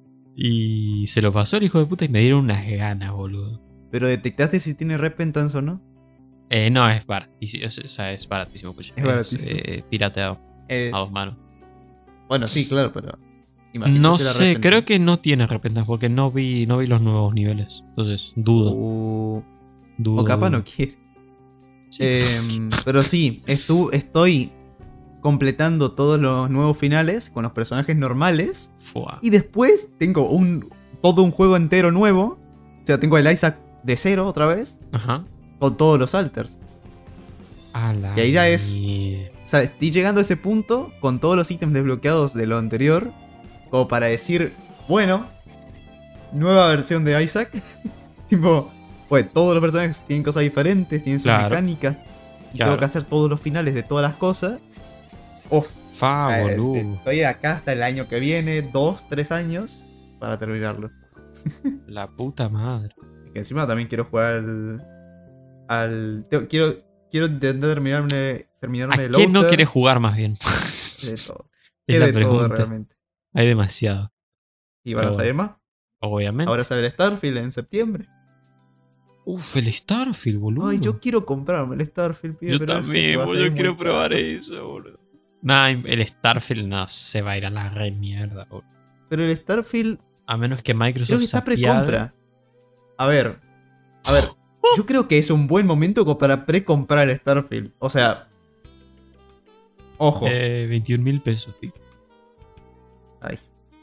y se lo pasó el hijo de puta y me dieron unas ganas, boludo. Pero detectaste si tiene Repentance o no. No, es baratísimo, o sea, es baratísimo, pues. Es baratísimo. Pirateado Es- a 2 manos. Bueno, sí, claro, pero. imagínate No si era sé, Repentance. creo que no tiene repentance porque no vi los nuevos niveles. Entonces, dudo. O capaz no dudo. quiere. Sí. Pero sí, estoy completando todos los nuevos finales con los personajes normales. Fua. Y después tengo todo un juego entero nuevo. O sea, tengo el Isaac de cero otra vez. Ajá. Con todos los alters. A la Y ahí ya es- mierda. O sea, estoy llegando a ese punto con todos los ítems desbloqueados de lo anterior. Como para decir, bueno, nueva versión de Isaac. Tipo, pues todos los personajes tienen cosas diferentes, tienen sus Claro. mecánicas. Y Claro. tengo que hacer todos los finales de todas las cosas. Uf, Boludo. estoy acá hasta el año que viene, 2-3 años, para terminarlo. La puta madre. Y que encima también quiero jugar quiero intentar terminarme ¿A el qué no Outer, quieres jugar más bien? de todo. Es Es la de todo pregunta. realmente. Hay demasiado. Y van a Pero salir más. Obviamente. Ahora sale el Starfield en septiembre. Uf, el Starfield, boludo. Ay, yo quiero comprarme el Starfield, pibe, Yo pero sé que también, va a boludo, salir yo quiero muy probar caro. eso, boludo. Nah, el Starfield no se va a ir a la re mierda, boludo. Pero el Starfield A menos que Microsoft creo que está se apiade. precompra. A ver, yo creo que es un buen momento como para precomprar el Starfield. O sea, ojo. 21.000 pesos, tío. Ay.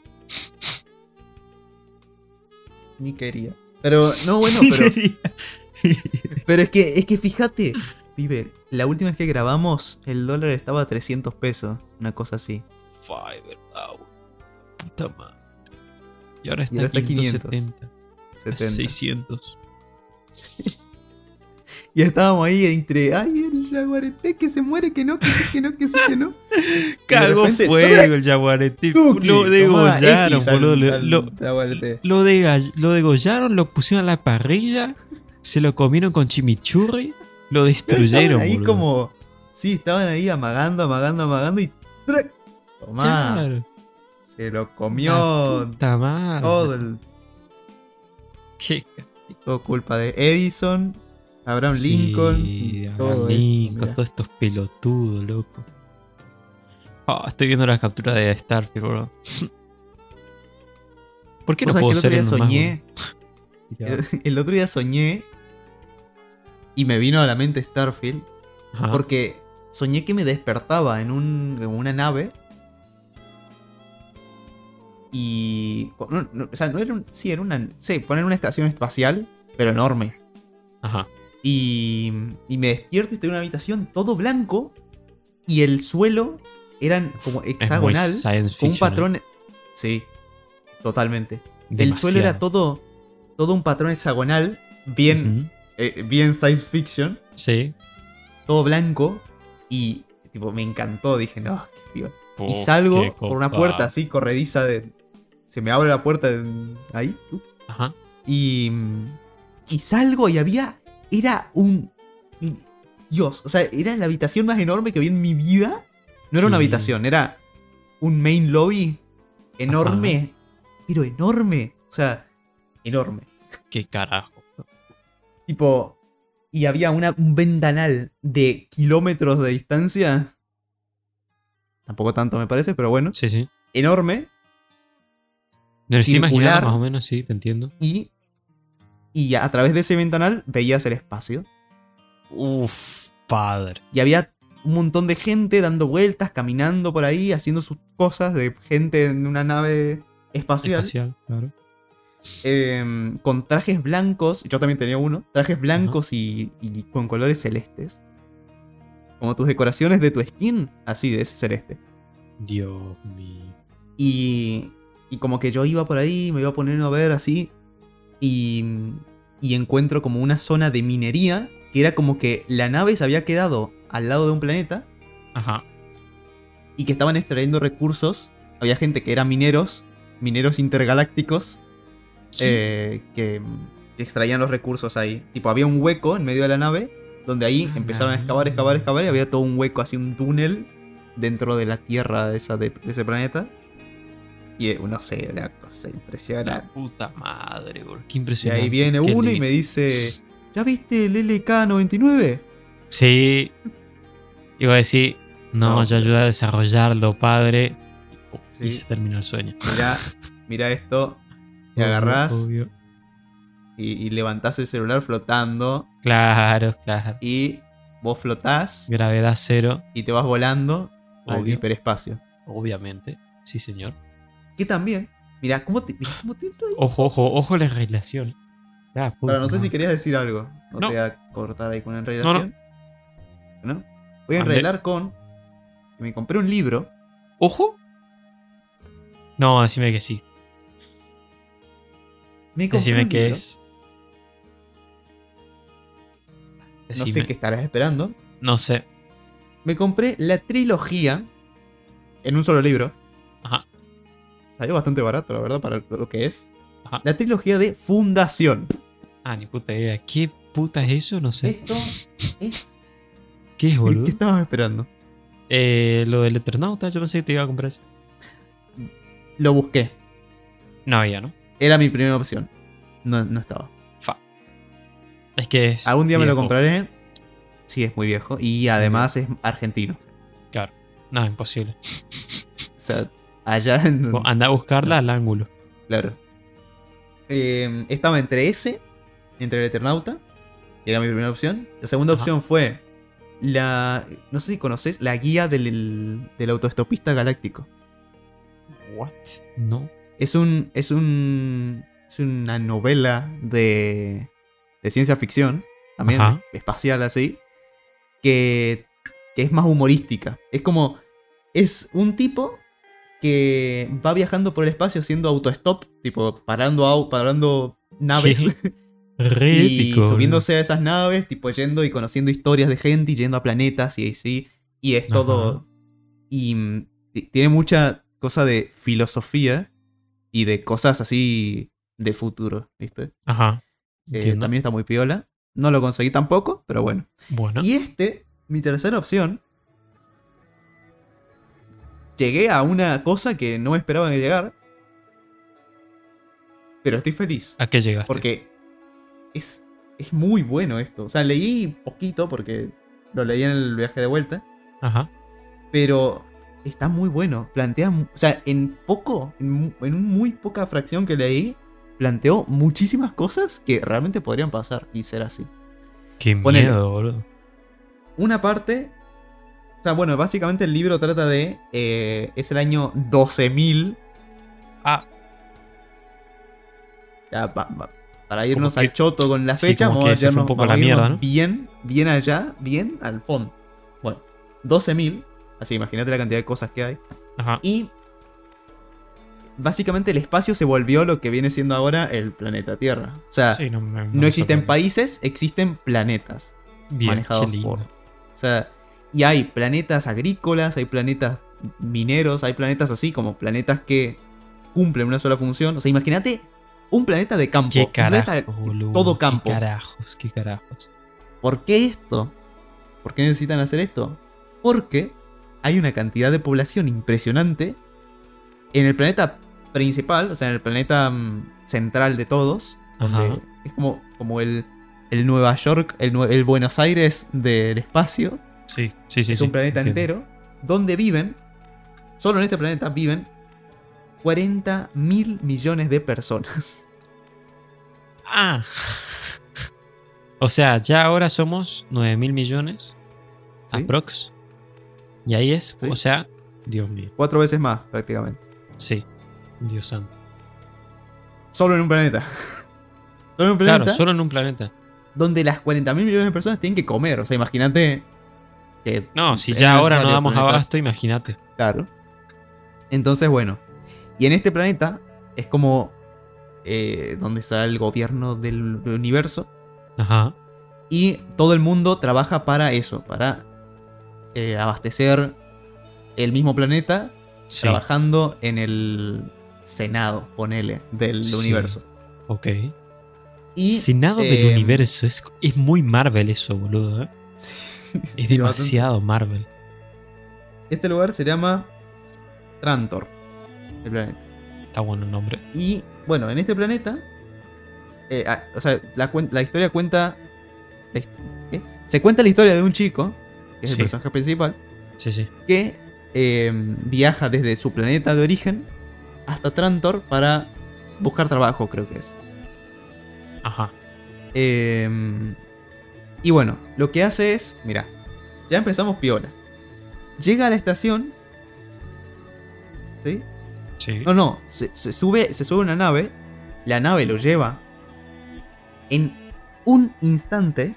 Ni quería. Pero, no, bueno, pero es que fíjate, pibe, la última vez que grabamos, el dólar estaba a 300 pesos, una cosa así. Fai, verdad, boludo. Puta madre. Y ahora está, Y ahora está 570. 70. 600. Y estábamos ahí entre, ay, el jaguarete que se muere, que no, que sí, que no, que sí, que no. Cagó repente, fuego el jaguarete. Tuki, Lo tomá, degollaron, X al- boludo. al jaguarete. Lo degollaron, lo pusieron a la parrilla, se lo comieron con chimichurri, lo destruyeron, Estaban ahí boludo. como, sí, estaban ahí amagando y ¡trac! Tomá, Claro. se lo La comió puta madre. todo, Qué todo culpa de Edison, Abraham Lincoln y Abraham todo Lincoln, esto, todos estos pelotudos, loco. Estoy viendo la captura de Starfield, bro. ¿Por qué no puedo ser el en otro un día más, soñé, boludo? el otro día soñé y me vino a la mente Starfield Ajá. porque soñé que me despertaba en una nave y o sea, no era sí, poner una estación espacial, pero enorme. Ajá. Y me despierto y estoy en una habitación todo blanco y el suelo eran como Es muy hexagonal science con un fiction, patrón. Sí, totalmente. El Demasiado. suelo era todo un patrón hexagonal, bien, bien science fiction, Sí. todo blanco y tipo me encantó, dije, no, qué piola. Y Uf, salgo qué por una copado. puerta así corrediza se me abre la puerta ahí Ajá. y salgo y era un Y, Dios, o sea, era la habitación más enorme que vi en mi vida. No era una Sí. habitación, era un main lobby enorme, pero enorme. O sea, enorme. Qué carajo. Tipo, y había un ventanal de kilómetros de distancia. Tampoco tanto me parece, pero bueno. Sí, sí. Enorme. Me lo estoy Circular. imaginando más o menos, sí, te entiendo. Y a través de ese ventanal veías el espacio. Uf, padre. Y había un montón de gente dando vueltas, caminando por ahí, haciendo sus cosas, de gente en una nave espacial. Claro. Con trajes blancos. Yo también tenía uno. Trajes blancos y con colores celestes. Como tus decoraciones de tu skin. Así, de ese celeste. Dios mío. Y como que yo iba por ahí, me iba poniendo a ver así. Y encuentro como una zona de minería. Que era como que la nave se había quedado al lado de un planeta. Ajá. Y que estaban extrayendo recursos. Había gente que eran mineros intergalácticos. Que extraían los recursos ahí. Tipo, había un hueco en medio de la nave. Donde ahí empezaron a excavar. Y había todo un hueco, así un túnel. Dentro de la tierra de ese planeta. Y no sé, una cosa La impresionante. puta madre, bro. Qué Y impresionante. ahí viene Qué uno y lindo. me dice: ¿ya viste el LK-99? Sí. Iba a decir, no, No, yo ayudé a desarrollarlo, padre. Y Sí. se terminó el sueño. Mira esto. Y Obvio, agarrás obvio. y levantás el celular flotando. Claro, claro. Y vos flotás Gravedad cero, y te vas volando al Obvio. hiperespacio. obviamente. Sí, señor. Que también, mirá cómo te entro ahí. Ojo la relación. Ah, puta Ahora, no sé si madre. querías decir algo. No, No. te voy a cortar ahí con la enrelación. ¿No? Voy a Ande. enredar con. Me compré un libro. ¿Ojo? No, decime que sí. Me compré Decime un que libro. es. No Decime. sé qué estarás esperando. No sé. Me compré la trilogía en un solo libro. Ajá. Salió bastante barato, la verdad, para lo que es. Ajá. La trilogía de Fundación. Ah, ni puta idea. ¿Qué puta es eso? No sé. Esto es ¿Qué es, el boludo? que estabas esperando. Lo del Eternauta, yo pensé que te iba a comprar eso. Lo busqué. No había, ¿no? Era mi primera opción. No estaba. Fa. Es que es. Algún día me lo viejo. compraré. Sí, es muy viejo. Y además es argentino. Claro. No, imposible. O sea, allá en... Anda a buscarla al ángulo. Claro. Estaba entre ese, entre el Eternauta, que era mi primera opción. La segunda Ajá. opción fue no sé si conoces, la guía del autoestopista galáctico. What? No. Es una novela de ciencia ficción, también Ajá. espacial así, que es más humorística. Es un tipo que va viajando por el espacio haciendo autostop, tipo parando naves. Re Y épico, subiéndose a esas naves, tipo yendo y conociendo historias de gente y yendo a planetas y así. Y es todo. Ajá. Y tiene mucha cosa de filosofía y de cosas así de futuro, ¿viste? Ajá. Entiendo. También está muy piola. No lo conseguí tampoco, pero bueno. Bueno. Y mi tercera opción. Llegué a una cosa que no esperaba llegar. Pero estoy feliz. ¿A qué llegaste? Porque es muy bueno esto. O sea, leí poquito porque lo leí en el viaje de vuelta. Ajá. Pero está muy bueno. Plantea... O sea, en muy poca fracción que leí, planteó muchísimas cosas que realmente podrían pasar y ser así. Qué Ponele. miedo, boludo. Una parte... O sea, bueno, básicamente el libro trata de... es el año 12.000. Ah, Ya, para irnos Como que- al choto con la sí, fecha, como vamos a que se fue un irnos, poco vamos la a irnos mierda, ¿no? bien allá, bien al fondo. Bueno, 12.000. Así, imagínate la cantidad de cosas que hay. ajá. Y básicamente el espacio se volvió lo que viene siendo ahora el planeta Tierra. O sea, Sí, no no existen países, existen planetas Bien, manejados qué lindo. por... O sea, y hay planetas agrícolas, hay planetas mineros, hay planetas así como planetas que cumplen una sola función. O sea, imagínate un planeta de campo. Qué un planeta carajos, boludo. todo campo. Qué carajos, qué carajos. ¿Por qué esto? ¿Por qué necesitan hacer esto? Porque hay una cantidad de población impresionante en el planeta principal, o sea, en el planeta central de todos. Ajá. Es como el Nueva York, el Buenos Aires del espacio. Sí, sí, sí. Es un sí, planeta entiendo. entero donde viven, solo en este planeta viven 40 mil millones de personas. Ah. O sea, ya ahora somos 9.000 millones. ¿Sí? Aprox. Y ahí es, Sí. o sea, Dios mío. 4 veces más, prácticamente. Sí, Dios santo. Solo en un planeta. Solo en un planeta Claro, solo en un planeta. donde las 40 mil millones de personas tienen que comer. O sea, imagínate que... No, si es ya ahora no necesario damos planetas- abasto, imagínate. Claro. Entonces, bueno. Y en este planeta es como donde está el gobierno del universo. Ajá. Y todo el mundo trabaja para eso, para abastecer el mismo planeta, Sí. trabajando en el Senado, ponele, del Sí. universo. Ok. Y, Senado del universo. Es muy Marvel eso, boludo. ¿Eh? Sí, Es sí, demasiado Marvel. bastante. Este lugar se llama Trantor, el planeta. Está bueno el nombre. Y bueno, en este planeta, o sea, la historia cuenta. ¿Qué? Se cuenta la historia de un chico, que es el Sí. personaje principal, Sí, sí. que viaja desde su planeta de origen hasta Trantor para buscar trabajo, creo que es. Ajá. Y bueno, lo que hace es, mira, ya empezamos piola. Llega a la estación, ¿sí? Sí. No, se sube a una nave, la nave lo lleva en un instante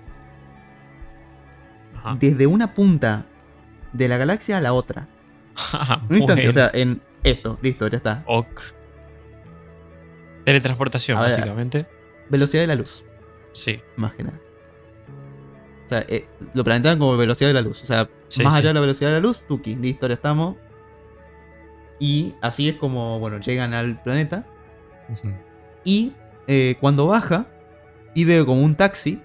Ajá. desde una punta de la galaxia a la otra. Un instante, Bueno. o sea, en esto, listo, ya está. Ok. Teletransportación, A ver, básicamente. Velocidad de la luz, Sí. más que nada. O sea, lo plantean como velocidad de la luz. O sea, Sí, más sí. allá de la velocidad de la luz, tuki, listo, ya estamos. Y así es como, bueno, llegan al planeta. Ujú. Y cuando baja, pide como un taxi.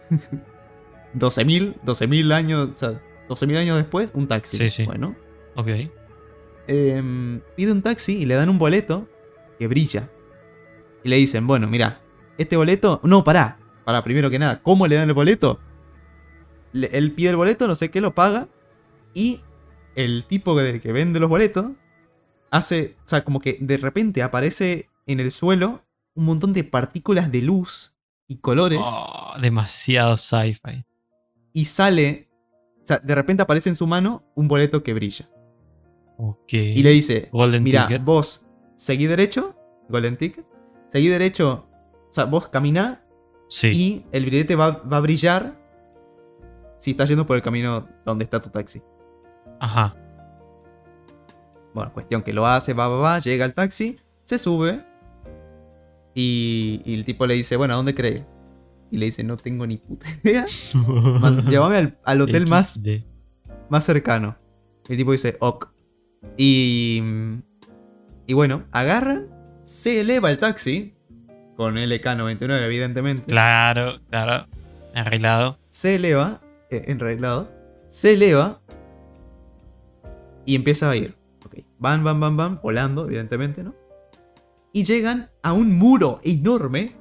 12.000 años, o sea, 12.000 años después, un taxi. Sí, sí. Bueno, Ok. pide un taxi y le dan un boleto que brilla. Y le dicen, bueno, mira, este boleto... No, pará, primero que nada, ¿cómo le dan el boleto? Él pide el boleto, no sé qué, lo paga. Y el tipo que vende los boletos hace, o sea, como que de repente aparece en el suelo un montón de partículas de luz y colores. Oh, demasiado sci-fi. Y sale, o sea, de repente aparece en su mano un boleto que brilla. Ok. Y le dice, Golden mira, Ticket. vos seguí derecho, Golden Ticket, seguí derecho, o sea, vos caminá Sí. y el billete va a brillar si estás yendo por el camino donde está tu taxi. Ajá. Bueno, cuestión que lo hace, va, llega al taxi, se sube y el tipo le dice, bueno, ¿a dónde cree? Y le dice, no tengo ni puta idea. Llévame al hotel XD. más cercano. El tipo dice, ok. Y bueno, agarran, se eleva el taxi, con LK99 evidentemente. Claro, claro. Arreglado. Se eleva, enreglado, se eleva y empieza a ir. Ok, van, volando, evidentemente, ¿no? Y llegan a un muro enorme.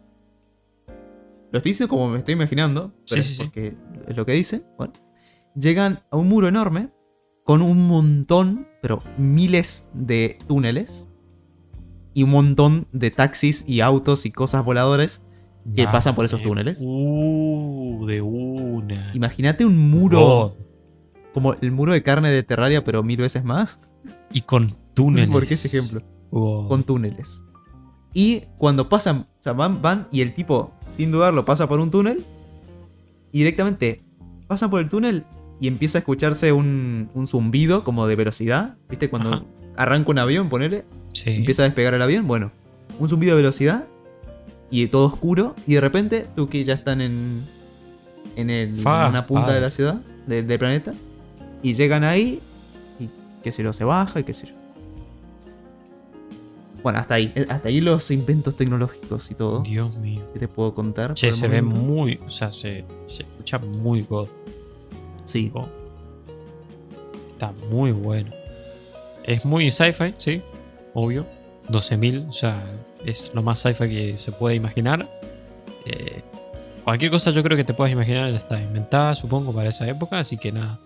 Lo estoy diciendo como me estoy imaginando, pero Sí, es sí, sí. porque es lo que dice. Bueno, llegan a un muro enorme con un montón, pero miles de túneles y un montón de taxis y autos y cosas voladoras que pasan por esos túneles. De una. Imagínate un muro God. como el muro de carne de Terraria, pero 1000 veces más. Y con No sé túneles. por qué ese ejemplo. God. Con túneles. Y cuando pasan, o sea, van y el tipo, sin dudarlo, pasa por un túnel. Y directamente pasan por el túnel y empieza a escucharse un zumbido como de velocidad. ¿Viste? Cuando Ajá. arranca un avión, ponele, Sí. empieza a despegar el avión. Bueno, un zumbido de velocidad y todo oscuro. Y de repente, tú que ya están en una punta de la ciudad, del planeta. Y llegan ahí y qué sé yo, se baja y qué sé yo. Bueno, hasta ahí los inventos tecnológicos y todo. Dios mío. ¿Qué te puedo contar? Che, por el se ve momento? muy. O sea, se escucha muy god. Sí. Oh. Está muy bueno. Es muy sci-fi, sí, obvio. 12.000, o sea, es lo más sci-fi que se puede imaginar. Cualquier cosa yo creo que te puedas imaginar ya está inventada, supongo, para esa época, así que nada.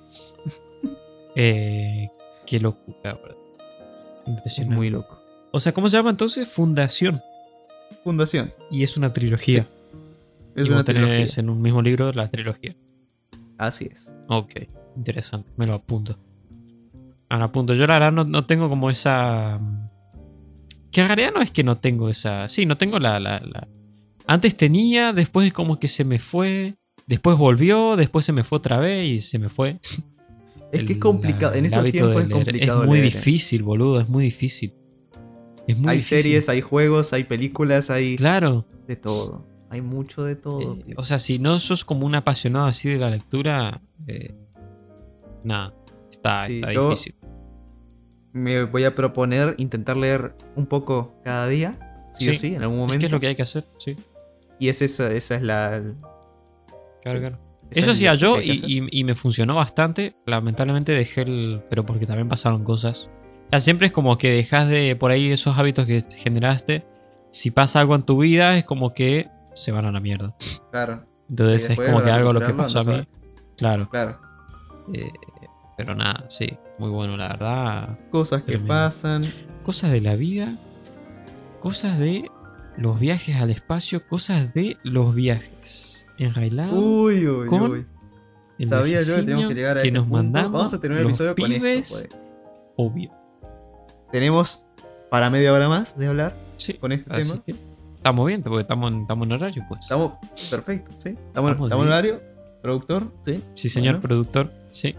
Qué locura, ¿verdad? Es Impresionante. muy loco. O sea, ¿cómo se llama entonces? Fundación. Fundación. Y es una trilogía. Es y una vos tenés trilogía. en un mismo libro la trilogía. Así es. Ok, interesante. Me lo apunto. Me lo apunto. Yo la verdad no tengo como esa... Que en realidad no es que no tengo esa... Sí, no tengo la... Antes tenía, después como que se me fue, después volvió, después se me fue otra vez y se me fue. Es que es complicado. En el estos hábito tiempos de es leer. complicado Es muy leer. difícil, boludo, es muy difícil. Es muy Hay difícil. series, hay juegos, hay películas, hay Claro. de todo. Hay mucho de todo. O sea, si no sos como un apasionado así de la lectura, nada, está Sí, yo- difícil. Me voy a proponer intentar leer un poco cada día, sí o Sí. sí, en algún Es momento. que es lo que hay que hacer, sí. Y esa es la... Claro, claro. esa Eso es hacía lo que yo hay que hacer. y me funcionó bastante. Lamentablemente dejé el... Pero porque también pasaron cosas. O sea, siempre es como que dejas de por ahí esos hábitos que generaste. Si pasa algo en tu vida es como que se van a la mierda. Claro, Entonces Y es después como van que a algo lo que recuperarlo, pasó a andás mí. Claro. claro. eh, pero nada, sí. Muy bueno, la verdad. Cosas que Tremendo. pasan. Cosas de la vida. Cosas de los viajes al espacio. Cosas de los viajes. Enrailado. Uy, uy, con uy. el Sabía yo que teníamos viajecillo que llegar a que este nos punto. mandamos. Vamos a tener un los episodio con pibes, esto, pues. Obvio. Tenemos para media hora más de hablar Sí. con este Así tema. que estamos bien, porque estamos en horario, pues. Estamos perfectos, ¿sí? Estamos Estamos en bien. horario. Productor, ¿sí? Sí, señor Bueno. productor. Sí.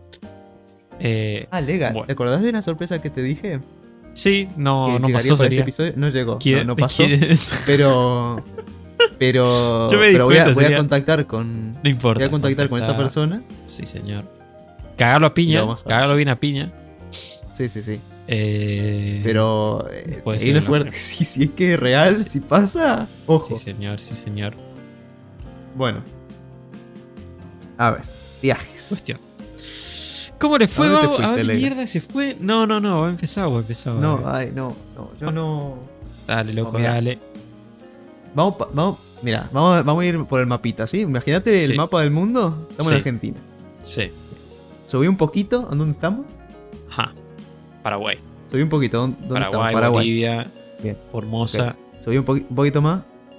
Legal. Bueno. ¿Te acordás de la sorpresa que te dije? Sí, no, Que no llegaría pasó, para sería. este episodio. No llegó. ¿Quién- No pasó. quién- Pero. Pero. Yo me di pero cuenta, voy a sería- contactar con. No importa. Voy a contactar con esa contacta- persona. Sí, señor. Cagalo a Y piña. lo vamos a ver. Cagalo bien a piña. Sí, sí, sí. Pero. Pero. puede Ahí no ser es fuerte. Si es que es real, Sí, sí. si pasa. Ojo. Sí, señor, sí, señor. Bueno. A ver. Viajes. Cuestión. ¿Cómo le fue, ¿A dónde te Babo? fuiste, ¿A dónde Lega? mierda se fue? No, vos empezamos. No, ay, no. Yo no. Dale, loco, No, mira. dale. Vamos. Mira, vamos a ir por el mapita, ¿sí? Imagínate el Sí. mapa del mundo. Estamos en Sí. Argentina. Sí. Subí un poquito. ¿A dónde estamos? Ajá. Paraguay. Subí un poquito. ¿Dónde estamos? Paraguay, Bolivia. Bien. Formosa. Subí un poquito más.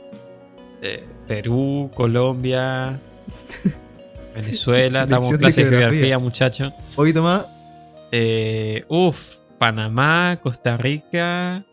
Perú, Colombia. Venezuela. Estamos en Lección de clase de geografía. geografía, muchachos. Un poquito más. Panamá, Costa Rica.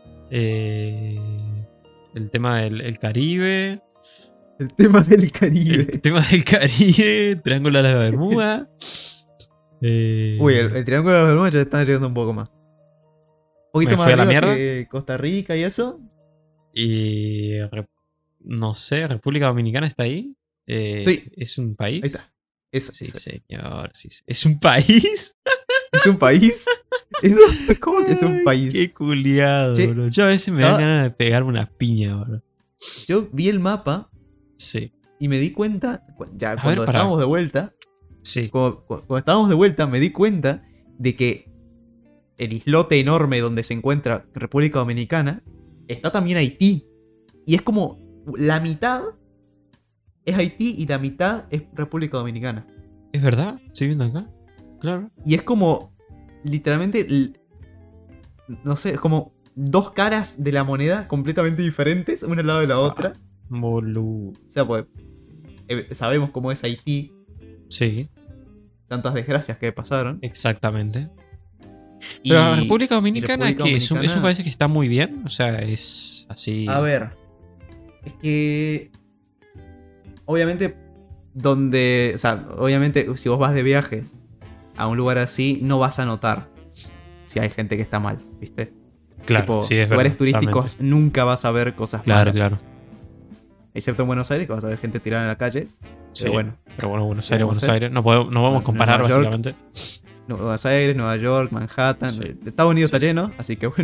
El tema del el Caribe. El tema del Caribe. El tema del Caribe. Triángulo de la Bermuda. Uy, el Triángulo de las Bermudas ya está llegando un poco más. Un poquito ¿Me más fui a la arriba mierda? que Costa Rica y eso. Y. No sé, República Dominicana está ahí. Sí. ¿Es un país? Ahí está. Eso, Sí, eso es. señor. Sí, sí. ¿Es un país? ¿Es un país? ¿Cómo que es un Ay, país? Qué culiado, Che, bro. Yo a veces me dan estaba- ganas de pegarme una piña, bro. Yo vi el mapa Sí, y me di cuenta, ya ver, cuando pará. estábamos de vuelta, sí. cuando estábamos de vuelta me di cuenta de que el islote enorme donde se encuentra República Dominicana está también Haití. Y es como la mitad es Haití y la mitad es República Dominicana. ¿Es verdad? ¿Estoy viendo acá? Claro. Y es como literalmente, no sé, es como dos caras de la moneda completamente diferentes, una al lado de la otra. Boludo. O sea, pues sabemos cómo es Haití, Sí, tantas desgracias que pasaron. exactamente. Y, Pero la República Dominicana, República ¿qué? ¿Es un Dominicana- país que está muy bien? O sea, es así. A ver, es que obviamente o sea, obviamente si vos vas de viaje a un lugar así, no vas a notar si hay gente que está mal, ¿viste? Claro, Tipo, sí, es lugares verdad, turísticos totalmente. nunca vas a ver cosas Claro, malas. claro. Excepto en Buenos Aires, que vas a ver gente tirada en la calle. Sí. Pero bueno, Pero bueno, Buenos Sí, Aires, Buenos Buenos Aires. No podemos Nueva comparar, York. básicamente. Buenos Aires, Nueva York, Manhattan. Sí. Estados Unidos Sí, está sí. lleno, así que bueno.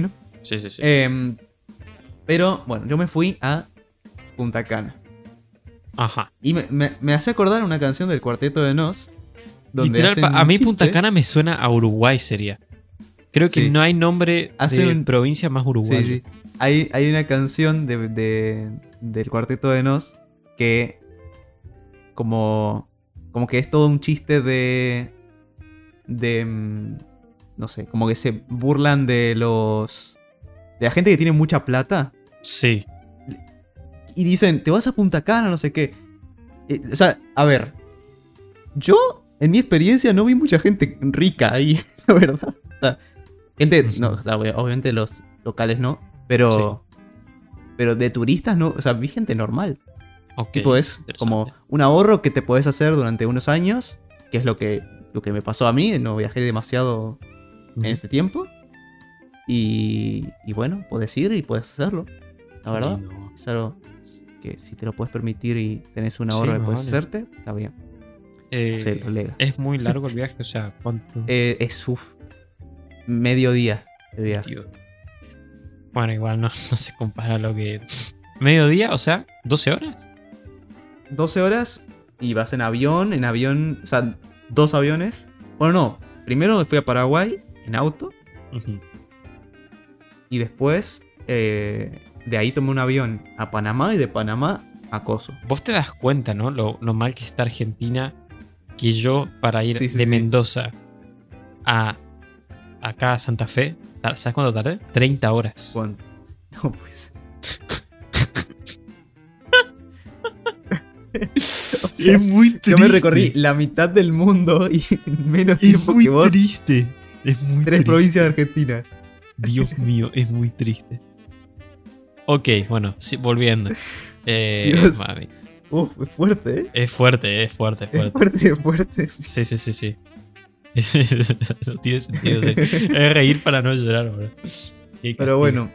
Sí, sí, sí. Pero bueno, yo me fui a Punta Cana. Ajá. Y me hace acordar una canción del Cuarteto de Nos. Donde Literal, hacen a un mí chiste. Punta Cana me suena a Uruguay, sería. Creo que Sí. no hay nombre Hacen de un- provincia más uruguayo. Sí, sí. Hay una canción del Cuarteto de Nos que como que es todo un chiste no sé, como que se burlan de la gente que tiene mucha plata Sí. y dicen, "Te vas a Punta Cana, no sé qué." O sea, a ver, yo en mi experiencia no vi mucha gente rica ahí, la verdad. O sea, gente, no, o sea, obviamente los locales no, pero de turistas no, o sea, vi gente normal. Ok. Tipo, es interesante. como un ahorro que te podés hacer durante unos años, que es lo que me pasó a mí, no viajé demasiado en este tiempo. Y bueno, podés ir y podés hacerlo, la verdad. Lindo. Es algo que si te lo puedes permitir y tenés un Sí, ahorro que más puedes vale. hacerte, está bien. Sí, lo lega. Es muy largo el viaje, o sea, ¿cuánto? Es medio día de viaje. Tío. Bueno, igual no se compara a lo que. ¿Mediodía? O sea, ¿12 horas? 12 horas y vas en avión, o sea, 2 aviones. Bueno, no, primero me fui a Paraguay en auto Ujú. y después de ahí tomé un avión a Panamá y de Panamá a Coso. Vos te das cuenta, ¿no? Lo mal que está Argentina. Que yo, para ir Sí, sí, de sí. Mendoza a acá a Santa Fe, ¿sabes cuánto tardé? 30 horas. ¿Cuánto? No, pues. O sea, muy triste. yo me recorrí la mitad del mundo y en menos tiempo que vos, triste. Es muy 3 provincias de Argentina. Dios mío, es muy triste. Ok, bueno, sí, volviendo. Dios. Mami. Es fuerte, ¿eh? Es fuerte, es fuerte, es Es fuerte. fuerte, es fuerte. Sí, sí, sí, sí. No tiene sentido. Es reír para no llorar, bro. Qué Pero castigo. bueno,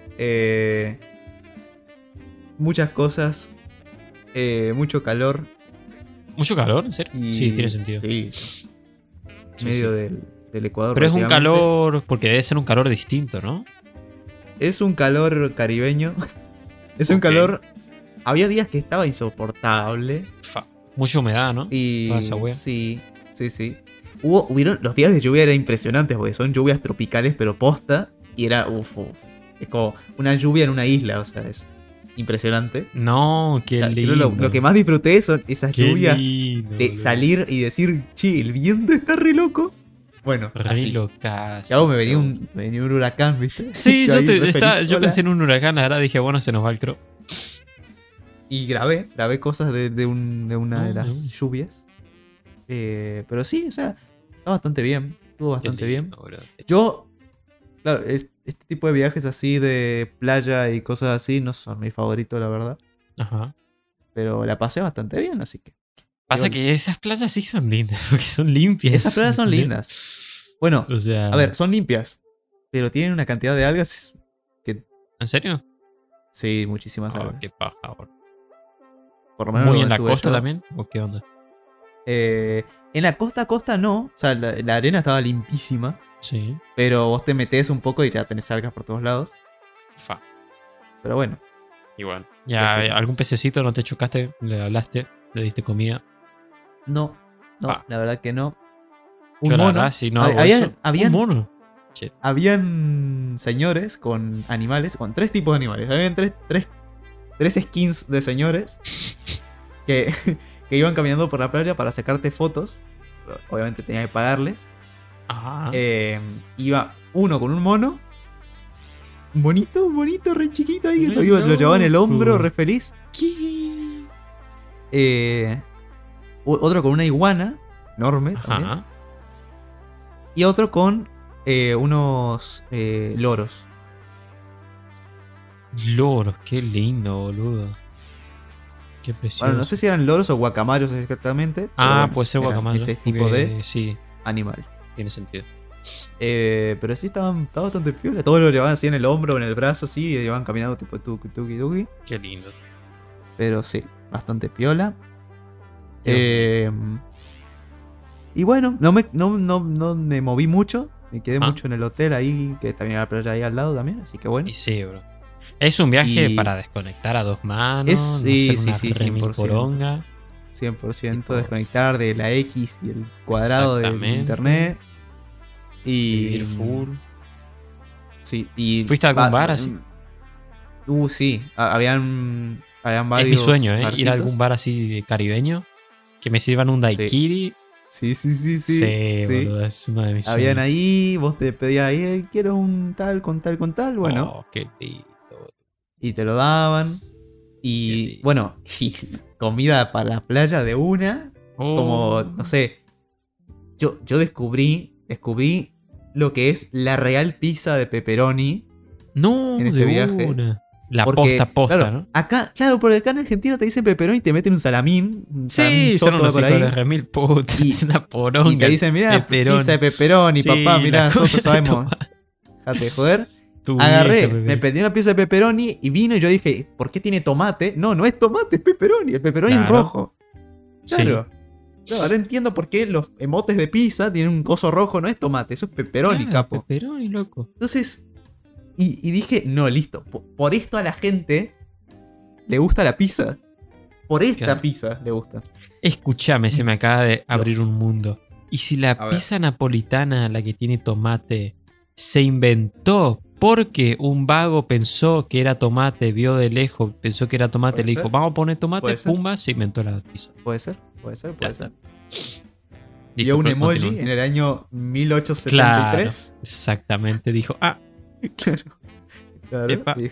muchas cosas, mucho calor. ¿Mucho calor? ¿En serio? Y, Sí, tiene sentido. Sí, Sí, medio sí. del Ecuador. Pero es un prácticamente. calor, porque debe ser un calor distinto, ¿no? Es un calor caribeño. Es un Ok. calor. Había días que estaba insoportable. Mucha humedad, ¿no? Y. Toda esa wea. Sí, sí, sí. Hubieron. Los días de lluvia eran impresionantes porque son lluvias tropicales, pero posta. Y era. Es como una lluvia en una isla, o sea, es impresionante. No, qué O sea, lindo. yo lo que más disfruté son esas Qué lluvias lindo, de boludo. salir y decir, che, el viento está re loco. Bueno, Re así. locazo. Y luego me venía un huracán, ¿viste? Sí, Yo yo, ahí re feliz, yo hola. pensé en un huracán, la verdad dije, bueno, se nos va el crow. Y grabé cosas de una de No, las no. lluvias. Pero sí, o sea, está bastante bien. Estuvo bastante Qué bien. lindo, boludo. Yo, claro, este tipo de viajes así de playa y cosas así no son mi favorito, la verdad. Ajá. Pero la pasé bastante bien, así que. Pasa Igual, que esas playas sí son lindas, porque son limpias. esas playas son lindas. Bueno, O sea. a ver, son limpias. Pero tienen una cantidad de algas que. ¿En serio? Sí, muchísimas Oh, algas. qué paja, boludo. Por lo menos ¿Muy donde en la estuve costa yo. también? ¿O qué onda? En la costa a costa no. O sea, la arena estaba limpísima. Sí. Pero vos te metés un poco y ya tenés algas por todos lados. Fa. Pero bueno. Igual. ¿Ya Pececito. algún pececito no te chocaste? ¿Le hablaste? ¿Le diste comida? No, Ah. la verdad que no. Yo Un la mono. verdad, si no hago Habían- eso. habían- Un mono. Shit. Habían señores con animales, con 3 tipos de animales. Habían tres skins de señores que, que iban caminando por la playa para sacarte fotos. Obviamente tenía que pagarles. Ah. Iba uno con un mono. Un bonito, re chiquito ahí. Que Re lo llevaba en el loco. hombro, re feliz. ¿Qué? Otro con una iguana, enorme también. Ajá. Y otro con unos loros. Loros, qué lindo, boludo. Qué precioso. Bueno, no sé si eran loros o guacamayos exactamente. pero Ah, bueno, puede ser eran guacamayo. ese tipo porque de Sí, animal. tiene sentido. Pero sí estaba bastante piola. Todos lo llevaban así en el hombro o en el brazo, así. Y llevaban caminando tipo tuki tuki tuki. Qué lindo. Pero sí, bastante piola. Dios Y bueno, no me moví mucho. Me quedé mucho en el hotel ahí, que también era la playa ahí al lado también, así que bueno. Y sí, bro. Es un viaje Y- para desconectar a dos manos, Es- no sí, ser sí, una sí, remil 100%. poronga. 100% Tipo- desconectar de la X y el cuadrado del Exactamente. internet. Y. Vivir full. Sí, y. ¿Fuiste a algún bar así? Sí. Habían Es varios. mi sueño, ¿eh? Ir a barcitos. algún bar así de caribeño. Que me sirvan un daiquiri. Sí. Sí, boludo, es uno de mis Habían sueños. ahí, vos te pedías ahí, quiero un tal, con tal, con tal. Bueno, Oh, qué lindo. y te lo daban. Qué Y lindo. bueno, y comida para la playa de una. Como, Oh. no sé. Yo descubrí lo que es la real pizza de pepperoni. No, en este de viaje. una. La Porque, posta, claro, ¿no? Claro, porque acá en Argentina te dicen pepperoni y te meten un salamín. Sí, son unos por hijos ahí. de remil putas. Y- Es una poronga. Y te dicen, mira, pepperoni. pizza de pepperoni, Sí, papá, mirá, la nosotros cosa de sabemos. Déjate de joder. Tu Agarré, vieja, bebé. me pedí una pizza de pepperoni y vino y yo dije, ¿por qué tiene tomate? No, no es tomate, es pepperoni. El pepperoni es Claro. rojo. Sí. Claro. Claro, ahora entiendo por qué los emotes de pizza tienen un coso rojo, no es tomate, eso es pepperoni, Claro, capo. pepperoni, loco. Entonces, y dije, no, listo. Por esto a la gente le gusta la pizza. Por esta Claro. pizza le gusta. Escúchame, se me acaba de abrir Dios. un mundo. ¿Y si la A ver. pizza napolitana, la que tiene tomate, se inventó porque un vago pensó que era tomate, vio de lejos, pensó que era tomate, Puede le dijo, ser. vamos a poner tomate, Puede ser. pumba, se inventó la pizza. Puede ser, puede Ya ser. está. Vio Listo, un pero emoji continúa. en el año 1873. Exactamente, dijo, Claro. Claro. Epa. Y dijo,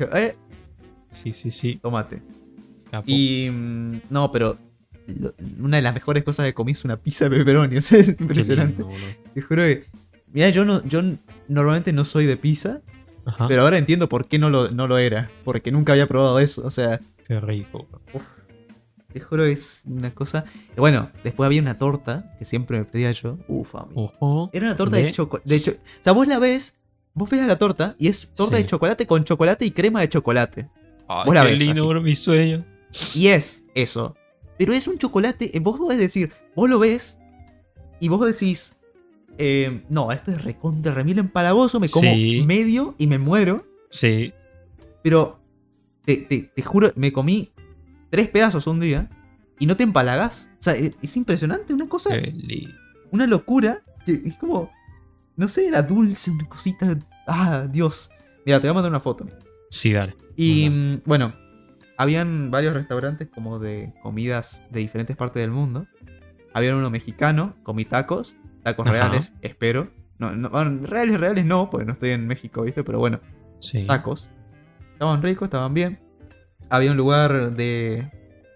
sí, tomate. capo. Y no, pero una de las mejores cosas que comí es una pizza de pepperoni. O sea, es Qué impresionante. lindo, boludo. Te juro que. Mira, yo normalmente no soy de pizza, Ajá, pero ahora entiendo por qué no lo era. Porque nunca había probado eso. O sea, qué rico. te juro que es una cosa. Y bueno, después había una torta que siempre me pedía yo. Amigo. Ojo. Era una torta de chocolate. O sea, vos ves a la torta y es torta Sí. de chocolate con chocolate y crema de chocolate. Ay, Vos la qué ves lindo, así. bro, mi sueño. Y es eso. Pero es un chocolate. Vos podés decir, vos lo ves y vos decís, no, esto es recontra remil empalagoso, me como Sí. medio y me muero. Sí. Pero te juro, me comí 3 pedazos un día y no te empalagás. O sea, es impresionante, una cosa, Qué lindo. una locura. Que es como, no sé, era dulce, una cosita. Ah, Dios. Mira, te voy a mandar una foto. Sí, dale. Y Mandá. bueno, habían varios restaurantes como de comidas de diferentes partes del mundo. Había uno mexicano, comí tacos Ajá. reales, espero. No, bueno, reales no, porque no estoy en México, ¿viste? Pero bueno, Sí. tacos. Estaban ricos, estaban bien. Había un lugar de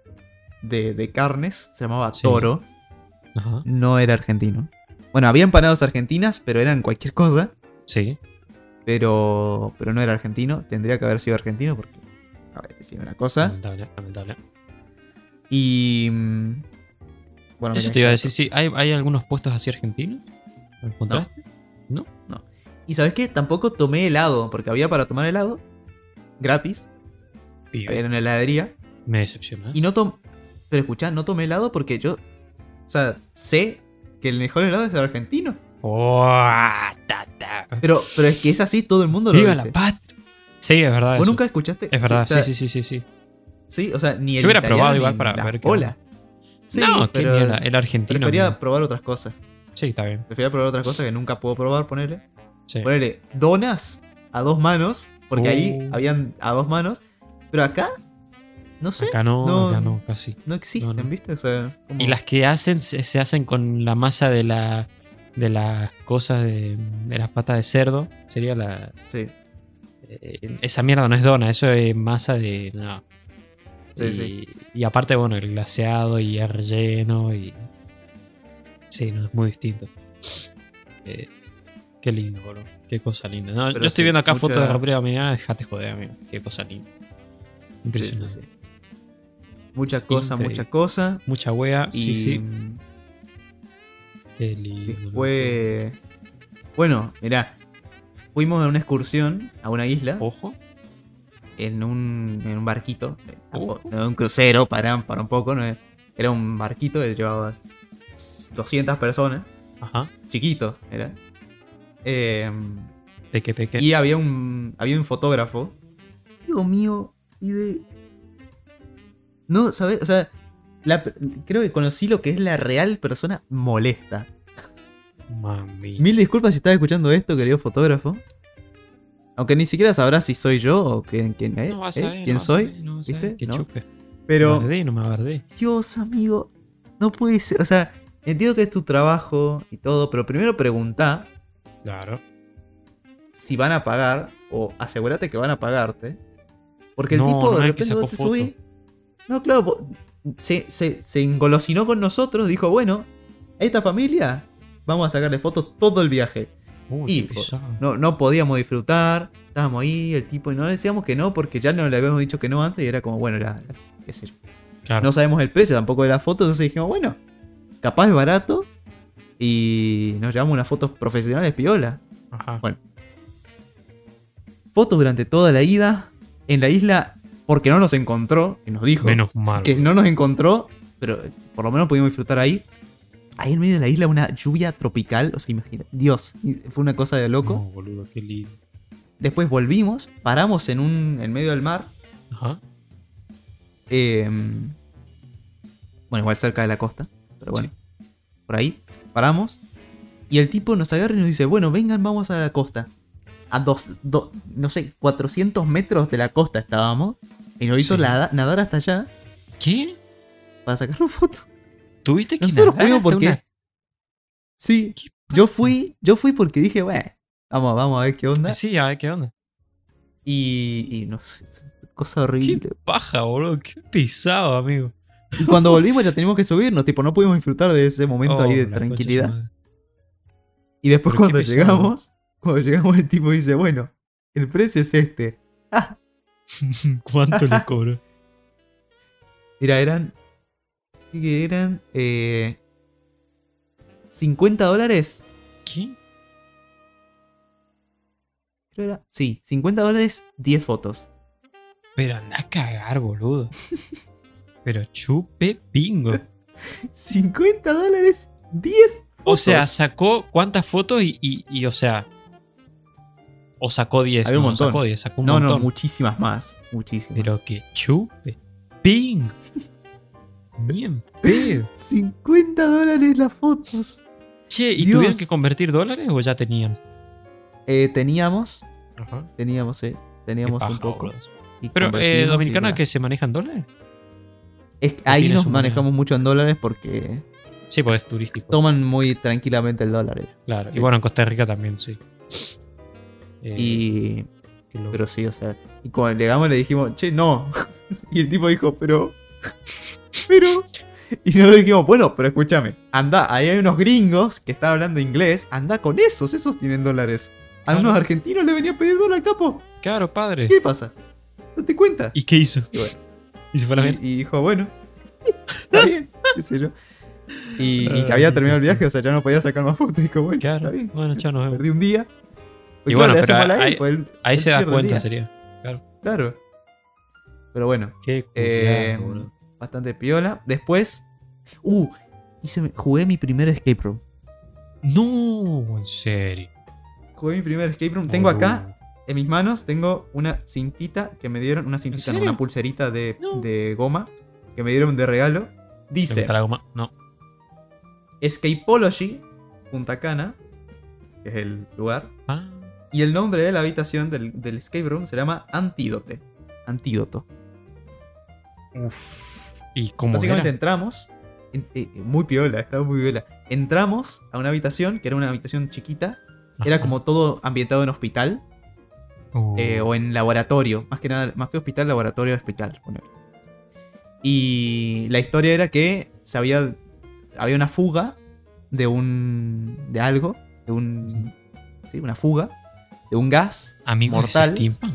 carnes, se llamaba Sí. Toro. Ajá. No era argentino. Bueno, había empanadas argentinas, pero eran cualquier cosa. Sí. Pero no era argentino. Tendría que haber sido argentino porque, a ver, decime una cosa. Lamentable. Y bueno, Eso mira, te iba a decir, sí. ¿Hay algunos puestos así argentinos? ¿Lo encontraste? ¿No? Y ¿sabes qué? Tampoco tomé helado, porque había para tomar helado gratis, Pibe, en una heladería. me decepcionas. Y no tomé. Pero escuchá, no tomé helado porque yo. O sea, sé que el mejor helado es el argentino. Oh, ta. Pero es que es así, todo el mundo lo ¡Viva dice. la patria! Sí, es verdad. ¿Vos eso. nunca escuchaste? Es verdad, o sea, sí. Sí, o sea, ni el Yo hubiera italiano probado ni igual para la ver qué cola. Sí, No, qué pero mierda. El argentino. prefería mierda. probar otras cosas. Sí, está bien. Prefería probar otras cosas que nunca puedo probar, ponerle. Sí. Ponerle donas a 2 manos, porque ahí Oh. habían a 2 manos. Pero acá, no sé, Acá no, casi. no existen, No. ¿viste? O sea, como- Y las que hacen se hacen con la masa de las cosas de las patas de cerdo. Sería la. Sí, Esa mierda no es dona, eso es masa de. No. Sí, y, sí. y aparte, bueno, el glaseado y el relleno y. Sí, no, es muy distinto. Qué lindo, bro. Qué cosa linda. No, Pero yo estoy sí, viendo acá mucha- fotos de República Dominicana, dejate joder, amigo. Qué cosa linda. Impresionante. sí. Mucha Es cosa, increíble. mucha cosa. Mucha wea, Y sí. Qué lindo. después. Bueno, mirá. Fuimos a una excursión a una isla loco. Ojo. en un barquito. Ojo. No, un crucero, para un poco. ¿No? Era un barquito que llevaba 200 personas. Ajá. Chiquito, era. ¿De qué peque? Y había un fotógrafo. Dios mío, pibe. No, ¿sabes? O sea, creo que conocí lo que es la real persona molesta. Mami. Mil disculpas si estás escuchando esto, querido fotógrafo. Aunque ni siquiera sabrás si soy yo o quién No vas a ver, quién no vas a soy. ver, no vas a ver, ¿Viste? que ¿No? chupe. Pero, Bardé, no me bardé. Dios, amigo, no puede ser. O sea, entiendo que es tu trabajo y todo, pero primero preguntá Claro. si van a pagar o asegúrate que van a pagarte. Porque el No, tipo no de es que repente sacó vos te foto. subís. No, claro, se engolosinó con nosotros, dijo, bueno, a esta familia vamos a sacarle fotos todo el viaje. Qué Y pesado. no podíamos disfrutar, estábamos ahí, el tipo, y no le decíamos que no, porque ya no le habíamos dicho que no antes, y era como, bueno, qué sé yo. Claro. No sabemos el precio tampoco de las fotos, entonces dijimos, bueno, capaz es barato, y nos llevamos unas fotos profesionales piola. Ajá. Bueno. Fotos durante toda la ida, en la isla, porque no nos encontró, y nos dijo Menos mal. que no nos encontró, pero por lo menos pudimos disfrutar ahí. Ahí en medio de la isla una lluvia tropical, o sea, imagina, Dios, fue una cosa de loco. No, boludo, qué lindo. Después volvimos, paramos en medio del mar. Ajá. Bueno, igual cerca de la costa, pero bueno, por ahí, paramos. Y el tipo nos agarra y nos dice, bueno, vengan, vamos a la costa. A no sé, 400 metros de la costa estábamos. Y nos hizo Sí. nadar hasta allá ¿Qué? para sacar una foto. ¿Tuviste que Nosotros nadar fuimos hasta porque... una- Sí, ¿Qué yo pasa? fui porque dije, bueno, vamos a ver qué onda. Sí, a ver qué onda. Y no sé, es una cosa Qué horrible. paja, boludo. Qué pesado, amigo. Y cuando volvimos ya teníamos que subirnos, tipo, no pudimos disfrutar de ese momento Oh, ahí de la concha tranquilidad. de su madre. Y después Pero qué cuando pesado. llegamos el tipo dice, bueno, el precio es este. ¿Cuánto le cobró? Mira, eran $50. ¿Qué? Creo era. Sí, $50, 10 fotos. Pero anda a cagar, boludo. Pero chupe pingo. $50, 10 fotos. O sea, sacó cuántas fotos y o sea. O sacó 10. Había un No, montón. sacó 10, sacó un no, montón. muchísimas más. Muchísimas. Pero que chupe. Ping. Bien pedo. $50 las fotos. Che, ¿y Dios. tuvieron que convertir dólares o ya tenían? Teníamos, Ajá. teníamos Qué un paja, poco. boludo. Y Pero, convertimos y ¿Dominicana voilà. que se manejan dólares? Ahí tiene nos su moneda? manejamos mucho en dólares porque Sí, pues es turístico. toman muy tranquilamente el dólar. Claro. Y Sí. bueno, en Costa Rica también, sí. Y Qué loco. pero sí, o sea, y cuando llegamos le dijimos, che, no. Y el tipo dijo, pero. Y nosotros dijimos, bueno, pero escúchame, anda, ahí hay unos gringos que están hablando inglés, anda con esos tienen dólares. A Claro. unos argentinos le venía a pedir dólar, capo. Claro, padre. ¿Qué pasa? ¿No te cuenta? ¿Y qué hizo? Y bueno, ¿Y se fue a la mierda? y dijo, bueno, está bien, qué sé yo. Y que Ay, había terminado el viaje, o sea, ya no podía sacar más fotos. Dijo, bueno, Claro. está bien. Bueno, chao, nos vemos. Perdí un día. Pues Y bueno, le pero hace mal a él, ahí- pues él- Ahí él se da pierde el cuenta, día. sería. Claro. Claro. Pero bueno, Qué Eh, culiao, boludo. bastante piola. Después, jugué mi primer escape room. No, en serio. Jugué mi primer escape room. Tengo acá, Boludo. en mis manos, tengo una cintita que me dieron, una cintita, no, serio? una pulserita de, No. de goma que me dieron de regalo. ¿Te Dice, gusta la goma? No. Escapology, Punta Cana, que es el lugar. Ah, Y el nombre de la habitación del escape room se llama Antídote. Antídoto. uff. ¿Y cómo Básicamente era? entramos, muy piola, estaba muy piola. Entramos a una habitación, que era una habitación chiquita. Era Ajá. como todo ambientado en hospital o en laboratorio. Más que nada, más que hospital, laboratorio de hospital. Ponele. Y la historia era que había una fuga de algo, sí, una fuga de un gas Amigo, ¿es mortal. steampunk?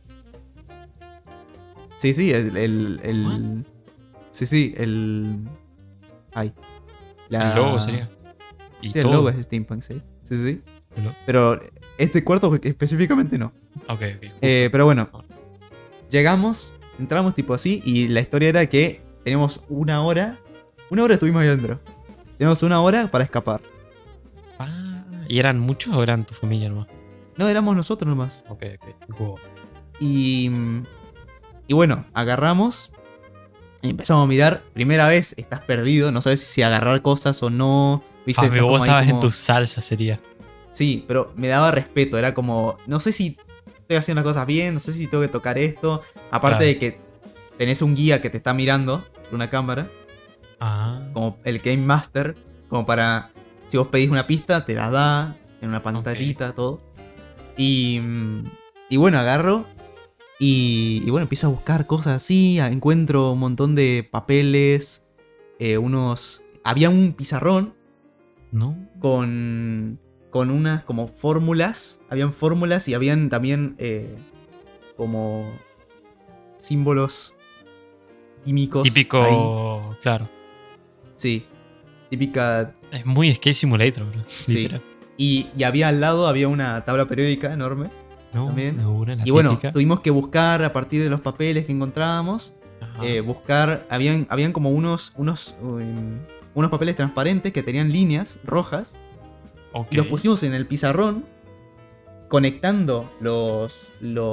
Sí, sí, What? sí, el... Ay. El logo sería. Y Sí, el todo. logo es steampunk, sí. Sí, sí. Lo- Pero este cuarto específicamente no. Ok, ok. justo. Pero bueno, llegamos, entramos tipo así y la historia era que teníamos una hora estuvimos ahí adentro. Teníamos una hora para escapar. ¿Y eran muchos o eran tu familia nomás? No, éramos nosotros nomás. Ok, ok. Wow. Y bueno, agarramos y empezamos a mirar. Primera vez estás perdido, no sabes si agarrar cosas o no. ¿Viste? Fabio, Estás vos como ahí estabas en como- tu salsa, sería. Sí, pero me daba respeto. Era como, no sé si estoy haciendo las cosas bien, no sé si tengo que tocar esto. Aparte Claro. de que tenés un guía que te está mirando por una cámara, Ah. como el Game Master, como para, si vos pedís una pista, te la da en una pantallita, todo. Y bueno, agarro y bueno, empiezo a buscar cosas así, encuentro un montón de papeles, había un pizarrón ¿No? con unas como fórmulas, habían fórmulas y habían también como símbolos químicos. ahí. Típico. Claro. Sí, típica. Es muy Escape Simulator, bro. Sí. Literal. Y había al lado, había una tabla periódica enorme. No, También. una, la Y bueno, típica. tuvimos que buscar a partir de los papeles que encontrábamos. Ajá. Buscar. Habían como unos papeles transparentes que tenían líneas rojas. Ok. Y los pusimos en el pizarrón. Conectando los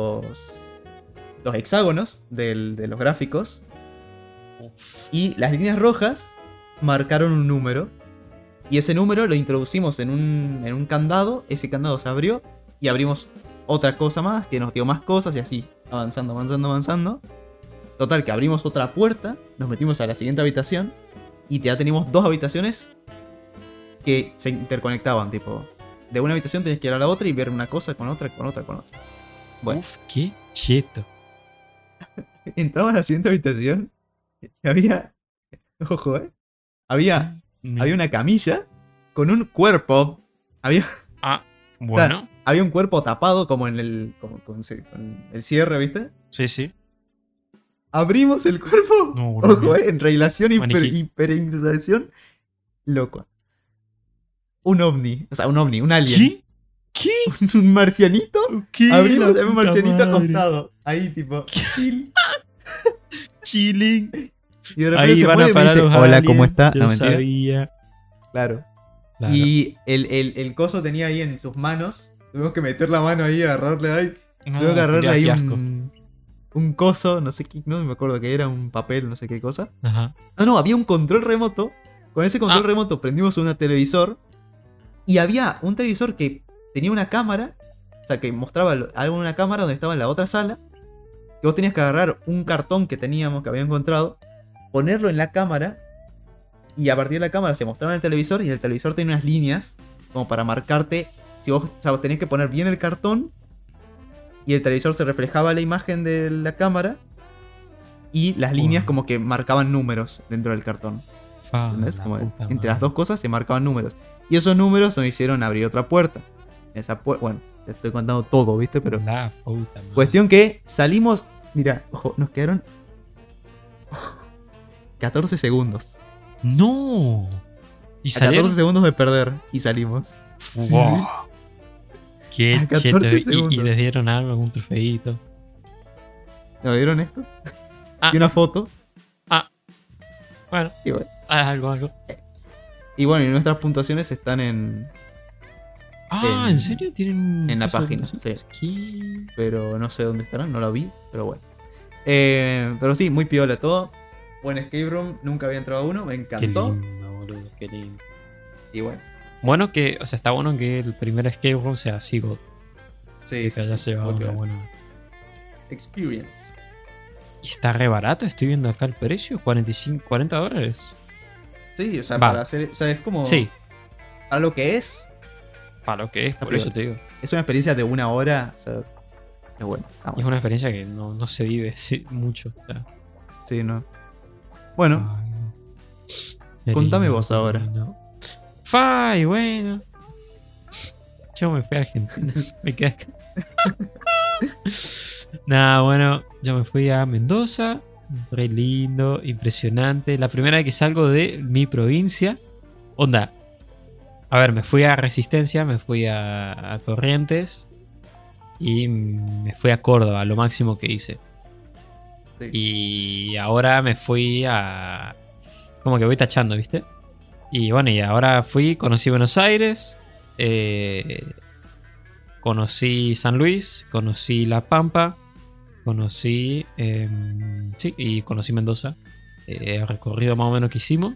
hexágonos de los gráficos. Uf. Y las líneas rojas marcaron un número. Y ese número lo introducimos en un candado. Ese candado se abrió. Y abrimos otra cosa más. Que nos dio más cosas. Y así. Avanzando, avanzando, avanzando. Total, que abrimos otra puerta. Nos metimos a la siguiente habitación. Y ya teníamos dos habitaciones. Que se interconectaban. Tipo, de una habitación tenías que ir a la otra. Y ver una cosa con otra, con otra, con otra. Bueno. Uf, qué cheto. Entramos a la siguiente habitación. Y había. Ojo, Había una camilla con un cuerpo. Había Bueno. un cuerpo tapado como en el. Con el cierre, ¿viste? Sí, sí. Abrimos el cuerpo. No, Ojo, en relación Maniquí. hiperinflación. Loco. Un ovni. O sea, un alien. ¿Qué? Un marcianito. ¿Qué? Abrimos La un puta marcianito madre. acostado. Ahí, tipo. chill. Chilling. Y de repente Ahí se van mueve a y me parar dice, los hola, aliens. ¿cómo está? Yo No, mentira. sabía. Claro. Claro. Y el coso tenía ahí en sus manos. Tuvimos que meter la mano ahí, agarrarle ahí. No, Tuvimos que agarrarle ahí qué asco. un coso, no sé qué, no me acuerdo qué era, un papel, no sé qué cosa. Ajá. No, había un control remoto. Con ese control remoto prendimos un televisor. Y había un televisor que tenía una cámara. O sea, que mostraba algo en una cámara donde estaba en la otra sala. Que vos tenías que agarrar un cartón que teníamos, que había encontrado. Ponerlo en la cámara. Y a partir de la cámara se mostraba en el televisor. Y el televisor tenía unas líneas como para marcarte. Si vos, o sea, vos tenías que poner bien el cartón. Y el televisor se reflejaba la imagen de la cámara. Y las líneas como que marcaban números dentro del cartón. ¿Entendés? Como entre las dos cosas se marcaban números. Y esos números nos hicieron abrir otra puerta. Bueno, te estoy contando todo, ¿viste? Pero La puta madre. cuestión que salimos. Mira, ojo, nos quedaron 14 segundos. ¡No! ¿Y A 14 salieron? segundos de perder y salimos. ¡Wow! ¡Qué A 14 cheto! ¿Y segundos. les dieron algo, algún trofeito? ¿Nos dieron esto? Ah. Y una foto. Bueno, Y bueno. algo. Y bueno, y nuestras puntuaciones están en. ¿En serio? ¿Tienen en la cosas de página, puntuaciones? ¿Qué? Pero no sé dónde estarán, no la vi, pero bueno. Pero sí, muy piola todo. Buen escape room, nunca había entrado a uno, me Qué encantó. lindo, boludo, qué lindo. Y bueno, Bueno que, o sea, está bueno que el primer escape room sea así, God. sí, Que haya llevado muy una piola. buena. Experience. Y está re barato, estoy viendo acá el precio, $40. Sí, o sea, Va. para hacer. O sea, es como. Sí, Para lo que es para lo que es, Está por eso piola. te digo. una experiencia de una hora. O sea, es bueno. Está Y es bueno. una experiencia que no se vive mucho. O sea. Sí, no. Bueno, Qué contame lindo, vos qué ahora. lindo. Fai, bueno. Yo me fui a Argentina. Me quedé acá. Nada, bueno, yo me fui a Mendoza. Re lindo, impresionante. La primera vez que salgo de mi provincia. Onda. A ver, me fui a Resistencia, me fui a Corrientes. Y me fui a Córdoba, lo máximo que hice. Sí. Y ahora me fui como que voy tachando, ¿viste? Y bueno, y ahora conocí Buenos Aires. Conocí San Luis, conocí La Pampa, conocí... sí, y conocí Mendoza. El recorrido más o menos que hicimos.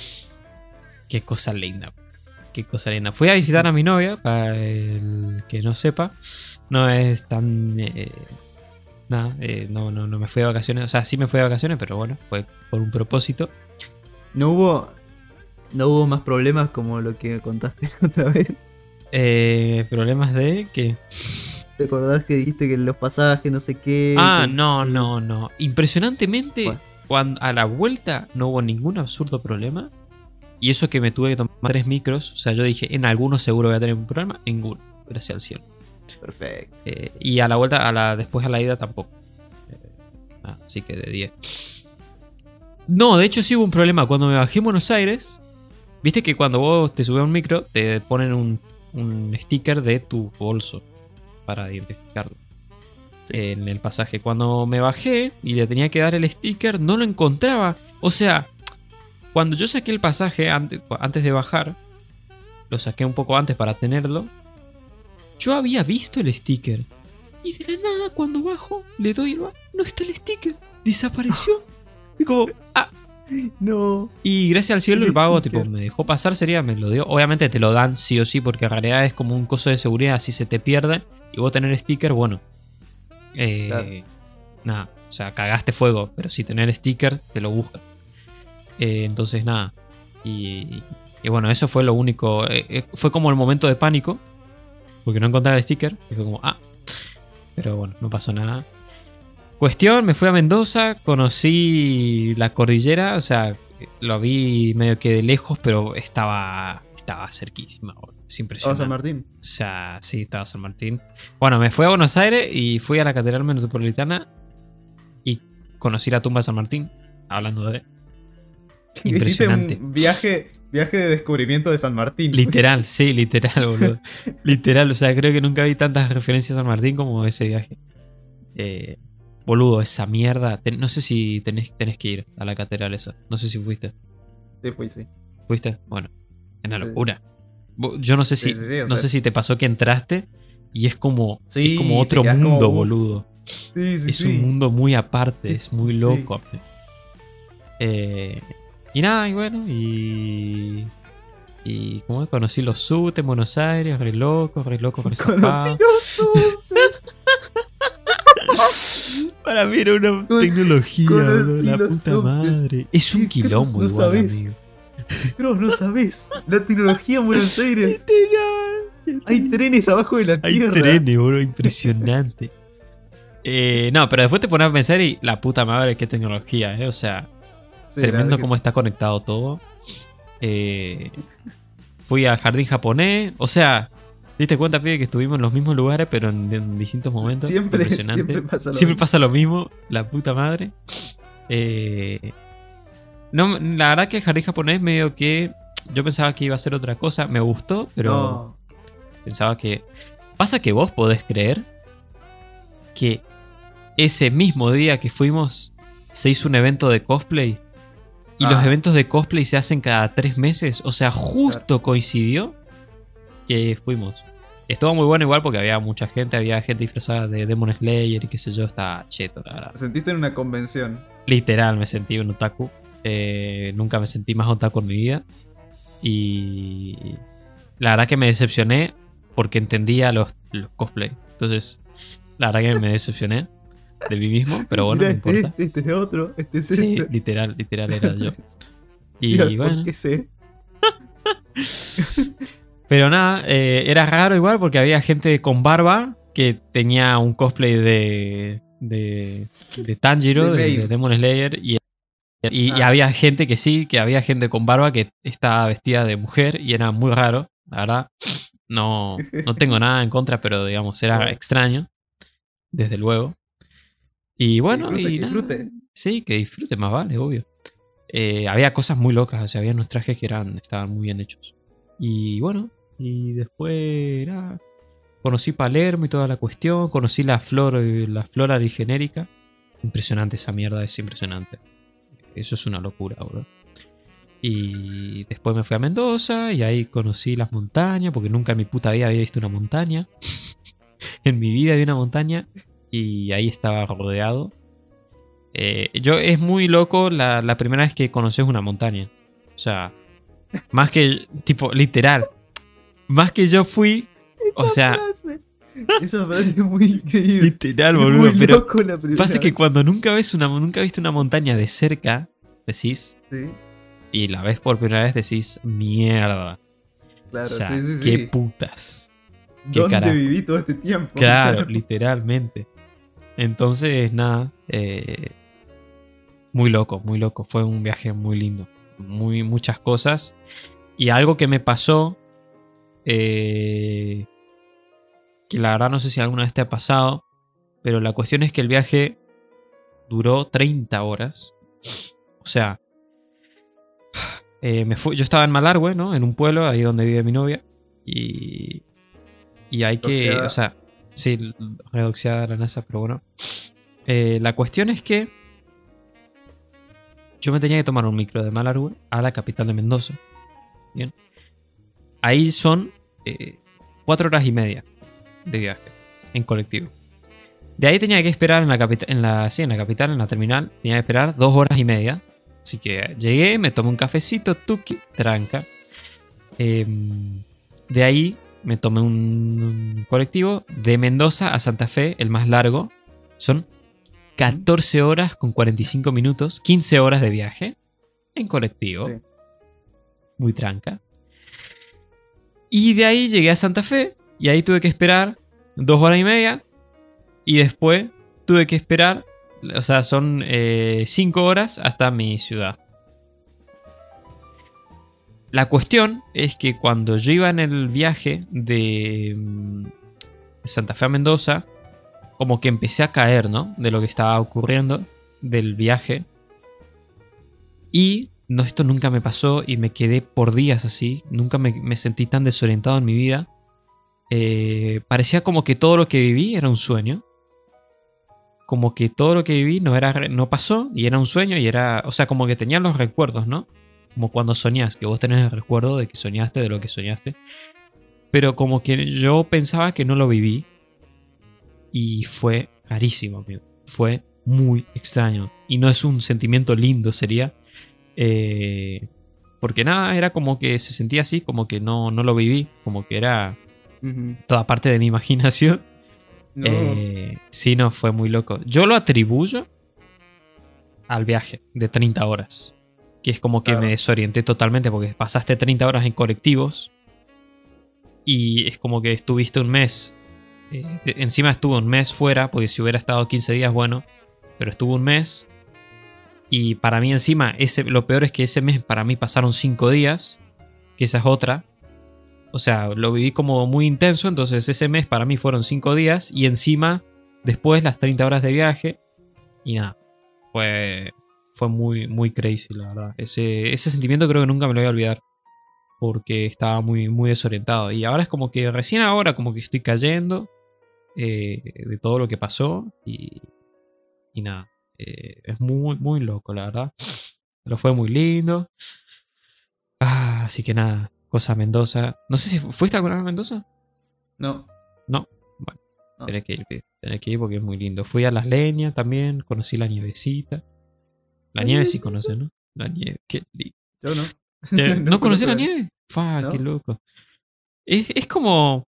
Qué cosa linda. Qué cosa linda. Fui a visitar a mi novia, para el que no sepa. No es tan... nada, no me fui de vacaciones. O sea, sí me fui de vacaciones, pero bueno, fue por un propósito. No hubo más problemas como lo que contaste otra vez. Problemas de que... ¿Te acordás que dijiste que los pasajes, no sé qué? Ah, que- no. Impresionantemente, Bueno. cuando a la vuelta no hubo ningún absurdo problema. Y eso que me tuve que tomar 3 micros. O sea, yo dije, en algunos seguro voy a tener un problema. Ninguno, gracias al cielo. Perfecto. Y a la vuelta, después a la ida tampoco. Así que de 10. No, de hecho sí hubo un problema. Cuando me bajé en Buenos Aires, viste que cuando vos te subes a un micro, te ponen un sticker de tu bolso para identificarlo. En el pasaje. Cuando me bajé y le tenía que dar el sticker, no lo encontraba. O sea, cuando yo saqué el pasaje antes de bajar, lo saqué un poco antes para tenerlo. Yo había visto el sticker. Y de la nada, cuando bajo, le doy no está el sticker. Desapareció. Y como, No. Y gracias al cielo El el vago sticker. tipo me dejó pasar, me lo dio. Obviamente te lo dan sí o sí, porque en realidad es como un coso de seguridad, si se te pierde y vos tener sticker, bueno. Claro. Nada, o sea, cagaste fuego, pero si tener sticker, te lo buscan. Entonces nada. Y bueno, eso fue lo único. Fue como el momento de pánico, porque no encontré el sticker. Y fue como, pero bueno, no pasó nada. Cuestión, me fui a Mendoza, conocí la cordillera, o sea, lo vi medio que de lejos, pero estaba cerquísima, boludo. Es ¿Vamos impresionante. a Martín? O sea, sí, estaba San Martín. Bueno, me fui a Buenos Aires y fui a la Catedral Metropolitana y conocí la tumba de San Martín, hablando de... Impresionante. Hiciste un viaje de descubrimiento de San Martín. Literal, sí, literal, boludo. Literal, o sea, creo que nunca vi tantas referencias a San Martín como ese viaje. Boludo, esa mierda. No sé si tenés que ir a la catedral esa. No sé si fuiste. Sí, fui, sí. ¿Fuiste? Bueno, es una Sí. locura. Yo no sé si. Sí, sí, o no sea- sé si te pasó que entraste y es como. Sí, es como te otro quedás como, mundo, uf. boludo. Sí, sí, Es sí. un mundo muy aparte, es muy Sí. loco. Y nada, y bueno, y como conocí los subtes en Buenos Aires, re loco, Conocí zarpado. los subtes. Para mí era una Con- tecnología, conocí boludo, la los puta subtes. madre. Es un ¿Qué quilombo no igual, sabés? amigo. Bro, no sabés. La tecnología en Buenos Aires. Literal. Hay trenes abajo de la Hay tierra. trenes, boludo, impresionante. No, pero después te pones a pensar y la puta madre, qué tecnología, O sea, Sí, la tremendo verdad cómo que está conectado todo. Fui al jardín japonés. O sea, diste cuenta, pibe, que estuvimos en los mismos lugares, pero en distintos momentos. Siempre- Impresionante. siempre pasa lo Siempre mismo. pasa lo mismo, la puta madre. No, la verdad que el jardín japonés medio que... Yo pensaba que iba a ser otra cosa. Me gustó, pero No. pensaba que... Pasa que vos podés creer que ese mismo día que fuimos se hizo un evento de cosplay. Y los eventos de cosplay se hacen cada 3 meses. O sea, justo coincidió que fuimos. Estuvo muy bueno igual porque había mucha gente. Había gente disfrazada de Demon Slayer y qué sé yo. Está cheto, la verdad. Te sentiste en una convención. Literal, me sentí un otaku. Nunca me sentí más otaku en mi vida. Y la verdad que me decepcioné porque entendía los cosplay. Entonces, la verdad que me decepcioné de mí mismo. Pero bueno, Mirá, no importa. este es otro. Este es Sí, este. literal era yo. Y Mira, bueno. ¿por qué sé? Pero nada, era raro igual porque había gente con barba que tenía un cosplay de Tanjiro, De de Maid. Demon Slayer. Y Ah. había gente que sí, que había gente con barba que estaba vestida de mujer y era muy raro, la verdad. No tengo nada en contra, pero digamos, era Bueno. extraño, desde luego. Y bueno, Disfrute, y nada, disfrute. sí, que disfrute más vale, obvio. Había cosas muy locas, o sea, había unos trajes que estaban muy bien hechos. Y bueno, y después nada, conocí Palermo y toda la cuestión, conocí la flora genérica. Impresionante esa mierda, es impresionante. Eso es una locura, bro. Y después me fui a Mendoza y ahí conocí las montañas, porque nunca en mi puta vida había visto una montaña. En mi vida vi una montaña y ahí estaba rodeado. Es muy loco la primera vez que conoces una montaña. O sea, más que, tipo, literal. Más que yo fui, o sea, Esa frase es muy increíble. literal, Es boludo. muy Pero loco la primera pasa que vez. cuando nunca viste una montaña de cerca, decís, Sí, y la ves por primera vez, decís, mierda. claro, O sea, sí, sí, qué sí. putas. Qué ¿Dónde carajo. viví todo este tiempo? Claro, literalmente. Entonces, nada. Muy loco, muy loco. Fue un viaje muy lindo. Muchas cosas. Y algo que me pasó. Que la verdad no sé si alguna vez te ha pasado. Pero la cuestión es que el viaje duró 30 horas. O sea. Yo estaba en Malargüe, ¿no? En un pueblo, ahí donde vive mi novia. Y hay que. O Doxeada. sea. Sí, redoxeada la NASA, pero bueno. La cuestión es que yo me tenía que tomar un micro de Malargüe a la capital de Mendoza. Bien. Ahí son 4 horas y media de viaje en colectivo. De ahí tenía que esperar en la capital, en la capital, en la terminal, tenía que esperar 2 horas y media. Así que llegué, me tomé un cafecito, tuki, tranca. De ahí me tomé un colectivo de Mendoza a Santa Fe, el más largo. Son 14 horas con 45 minutos, 15 horas de viaje en colectivo. Sí. Muy tranca. Y de ahí llegué a Santa Fe y ahí tuve que esperar 2 horas y media. Y después tuve que esperar, o sea, son 5 horas hasta mi ciudad. La cuestión es que cuando yo iba en el viaje de Santa Fe a Mendoza, como que empecé a caer, ¿no? De lo que estaba ocurriendo del viaje. Y no, esto nunca me pasó y me quedé por días así. Nunca me sentí tan desorientado en mi vida. Parecía como que todo lo que viví era un sueño. Como que todo lo que viví no pasó y era un sueño y era... O sea, como que tenía los recuerdos, ¿no? Como cuando soñás, que vos tenés el recuerdo de que soñaste, de lo que soñaste. Pero como que yo pensaba que no lo viví. Y fue rarísimo, amigo. Fue muy extraño. Y no es un sentimiento lindo, sería. Porque nada, era como que se sentía así, como que no lo viví. Como que era Ujú. toda parte de mi imaginación. No. Sí, no, fue muy loco. Yo lo atribuyo al viaje de 30 horas. Que es como que Claro. me desorienté totalmente porque pasaste 30 horas en colectivos. Y es como que estuviste un mes. Encima estuvo un mes fuera, porque si hubiera estado 15 días, bueno. Pero estuvo un mes. Y para mí encima, lo peor es que ese mes para mí pasaron 5 días. Que esa es otra. O sea, lo viví como muy intenso. Entonces ese mes para mí fueron 5 días. Y encima, después las 30 horas de viaje. Y nada. Fue muy, muy crazy, la verdad. Ese sentimiento creo que nunca me lo voy a olvidar. Porque estaba muy, muy desorientado. Y ahora es como que recién ahora como que estoy cayendo de todo lo que pasó. Y nada. Es muy, muy loco, la verdad. Pero fue muy lindo. Así que nada. Cosa Mendoza. No sé si fuiste alguna vez a Mendoza. No. No. Bueno, No. tenés que ir, pibe. Tenés que ir porque es muy lindo. Fui a Las Leñas también. Conocí la nievecita. La ¿La nieve sí nievecita? conoces, ¿no? La nieve. Qué lindo. Yo no. ¿No conocí conozco la la- nieve? Fa, qué ¿No? loco. Es como.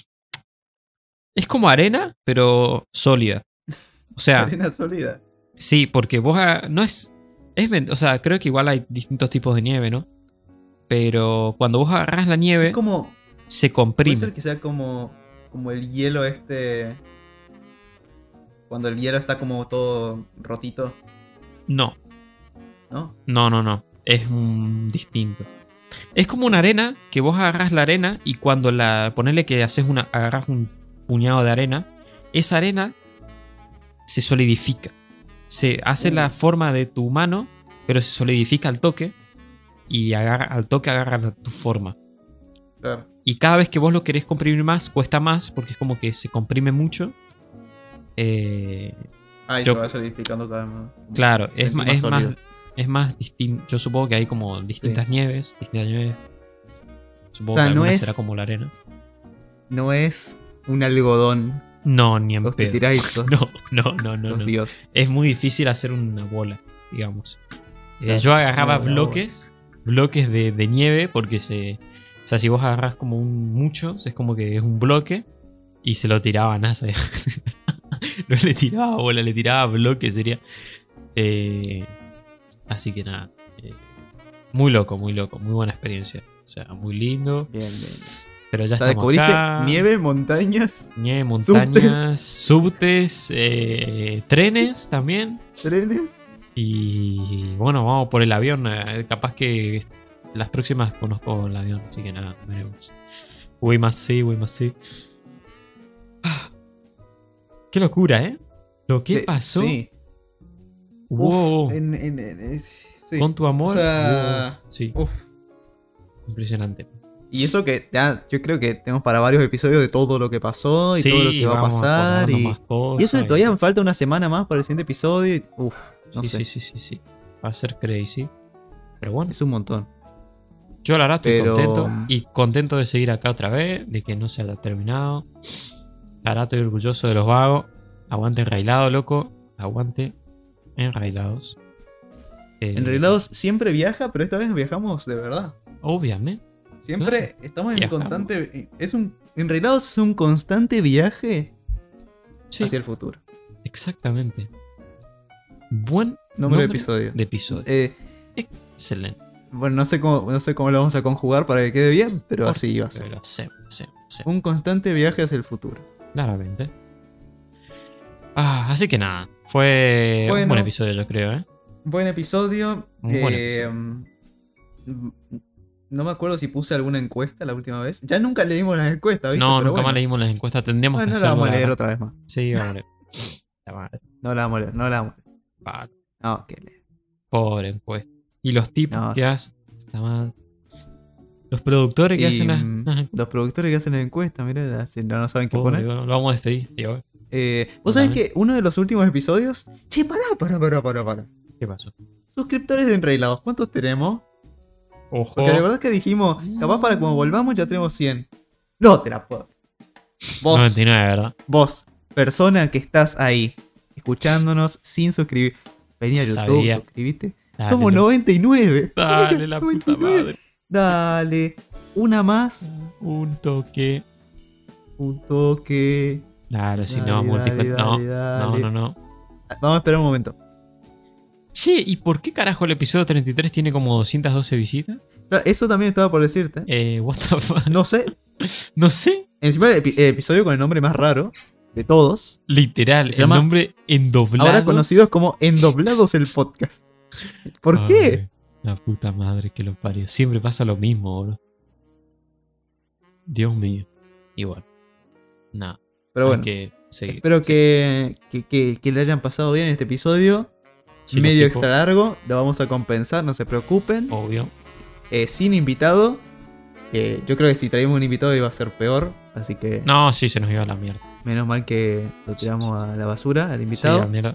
Es como arena, pero sólida. O sea, Arena sólida. sí, porque vos no es. O sea, creo que igual hay distintos tipos de nieve, ¿no? Pero cuando vos agarrás la Es nieve, como. se Puede comprime. ser que sea como. Como el hielo este. Cuando el hielo está como todo rotito, No, ¿no? no. Es un distinto. Es como una arena que vos agarrás la arena y cuando ponele que agarrás un puñado de arena, esa arena se solidifica. Se hace la forma de tu mano, pero se solidifica al toque y al toque agarra tu forma. Claro. Y cada vez que vos lo querés comprimir más, cuesta más porque es como que se comprime mucho. Ah, y Yo- se va solidificando cada vez más. Claro, Se es siente más, sólido. Es más distinto. Yo supongo que hay como distintas nieves. Supongo O sea, que no alguna es- será como la arena. No es un algodón. No, ni en Vos te pedo. tirás y sos, No. Dios. Es muy difícil hacer una bola, digamos. Claro, Yo agarraba una bloques de nieve, porque o sea, si vos agarrás como muchos, es como que es un bloque y se lo tiraba a NASA. No le tiraba bola, le tiraba bloques, sería. Así que nada. Muy loco, muy buena experiencia. O sea, muy lindo. Bien. Pero ya O sea, estamos descubriste acá. nieve, montañas, Nieve, montañas, subtes, trenes también. trenes. Y bueno, vamos por el avión. Capaz que las próximas conozco el avión, así que nada, veremos. Way más sí. Qué locura, ¿eh? Lo que pasó. Sí. Wow. Uf, sí. Con tu amor. O sea, wow. Sí, uf. impresionante. Y eso que ya, yo creo que tenemos para varios episodios de todo lo que pasó y Sí, todo lo que va a vamos pasar. acordando Y, más cosas y eso que todavía me falta una semana más para el siguiente episodio. Y, uf, no sé. Sí. Va a ser crazy. Pero bueno, Es un montón. yo la verdad estoy Pero- contento. Y contento de seguir acá otra vez. De que no se haya terminado. La verdad estoy orgulloso de los vagos. Aguante enrailado, loco. Aguante enrailados. En realidad siempre viaja, pero esta vez viajamos de verdad. Obviamente. Siempre estamos en Viajamos. constante. En realidad es un constante viaje Sí, hacia el futuro. exactamente. Buen Número de nombre episodio. de episodio. Excelente. Bueno, no sé cómo lo vamos a conjugar para que quede bien, pero así va a ser. Pero lo hacemos. Un constante viaje hacia el futuro. Claramente. Así que nada. Fue un Bueno. buen episodio, yo creo, ¿eh? Buen episodio. Un buen episodio. No me acuerdo si puse alguna encuesta la última vez. Ya nunca leímos las encuestas, ¿viste? No, Pero nunca más bueno. leímos las encuestas. Tendríamos Bueno, que no la hacerlo. vamos a la leer verdad. otra vez más. Sí, vamos a leer. La madre. No la vamos a leer, no la vamos a leer. Va, No, que leer. pobre encuesta. Y los tipos No, que sí. hacen. La madre. Los productores que Y, hacen las encuestas. los productores que hacen las encuestas, mira, si no saben qué Pobre, poner. lo vamos a despedir, tío. Vos sabés Totalmente. que uno de los últimos episodios. Che, pará. ¿Qué pasó? Suscriptores de Enrailados, ¿cuántos tenemos? Ojo. Porque de verdad que dijimos, capaz para cuando volvamos ya tenemos 100. No te la puedo. Vos, 99, ¿verdad? vos, persona que estás ahí, escuchándonos sin suscribir. Vení a YouTube, Sabía. suscribiste. Dale, Somos loco. 99. Dale, la puta 99. madre. Dale. Una más. Un toque. Un toque. Claro, si Dale, no, dale, multijugador. No, dale. no. Vamos a esperar un momento. Che, ¿y por qué carajo el episodio 33 tiene como 212 visitas? Claro, eso también estaba por decirte. What the fuck? No sé. No sé. Encima el episodio con el nombre más raro de todos. Literal, Se el llama nombre endoblado. Ahora conocidos como Endoblados el Podcast. ¿Por qué? La puta madre que lo parió. Siempre pasa lo mismo, bro. Dios mío. Igual. Nada. Pero bueno, que seguir. espero que le hayan pasado bien en este episodio. Sí, los Medio tipos, extra largo. Lo vamos a compensar, no se preocupen. Obvio. Sin invitado. Yo creo que si traíamos un invitado iba a ser peor. Así que No, sí, se nos iba a la mierda. menos mal que lo tiramos a la basura, al Sí, a invitado. la mierda.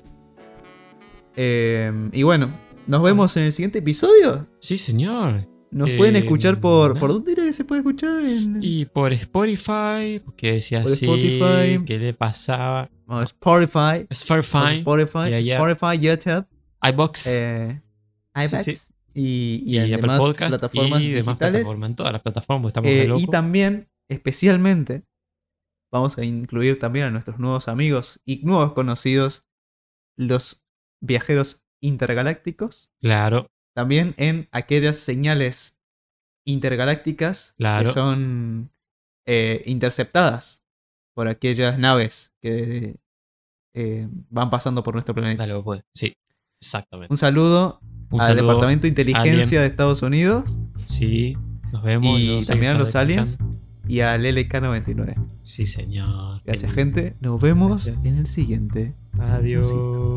Y bueno, nos vemos en el siguiente episodio. Sí, señor. Nos pueden escuchar por... nada. ¿Por dónde era que se puede escuchar? Y por Spotify, que decía Por así, Spotify. ¿qué le pasaba? Spotify. Spotify, Spotify, Ya, ya. Spotify, YouTube, iBox iPads sí. y y en Apple demás Podcast plataformas y demás digitales. plataformas, en todas las plataformas estamos re Y locos. también, especialmente, vamos a incluir también a nuestros nuevos amigos y nuevos conocidos, los viajeros intergalácticos, Claro, también en aquellas señales intergalácticas Claro. que son interceptadas por aquellas naves que van pasando por nuestro planeta. dale, vos podés. Sí, exactamente. Un saludo Un al saludo, Departamento de Inteligencia Alien. de Estados Unidos Sí, nos vemos. y nos también a seguimos los aliens escuchando. y al LK99. Sí, señor. Gracias, gente. Nos vemos Gracias. en el siguiente. Adiós.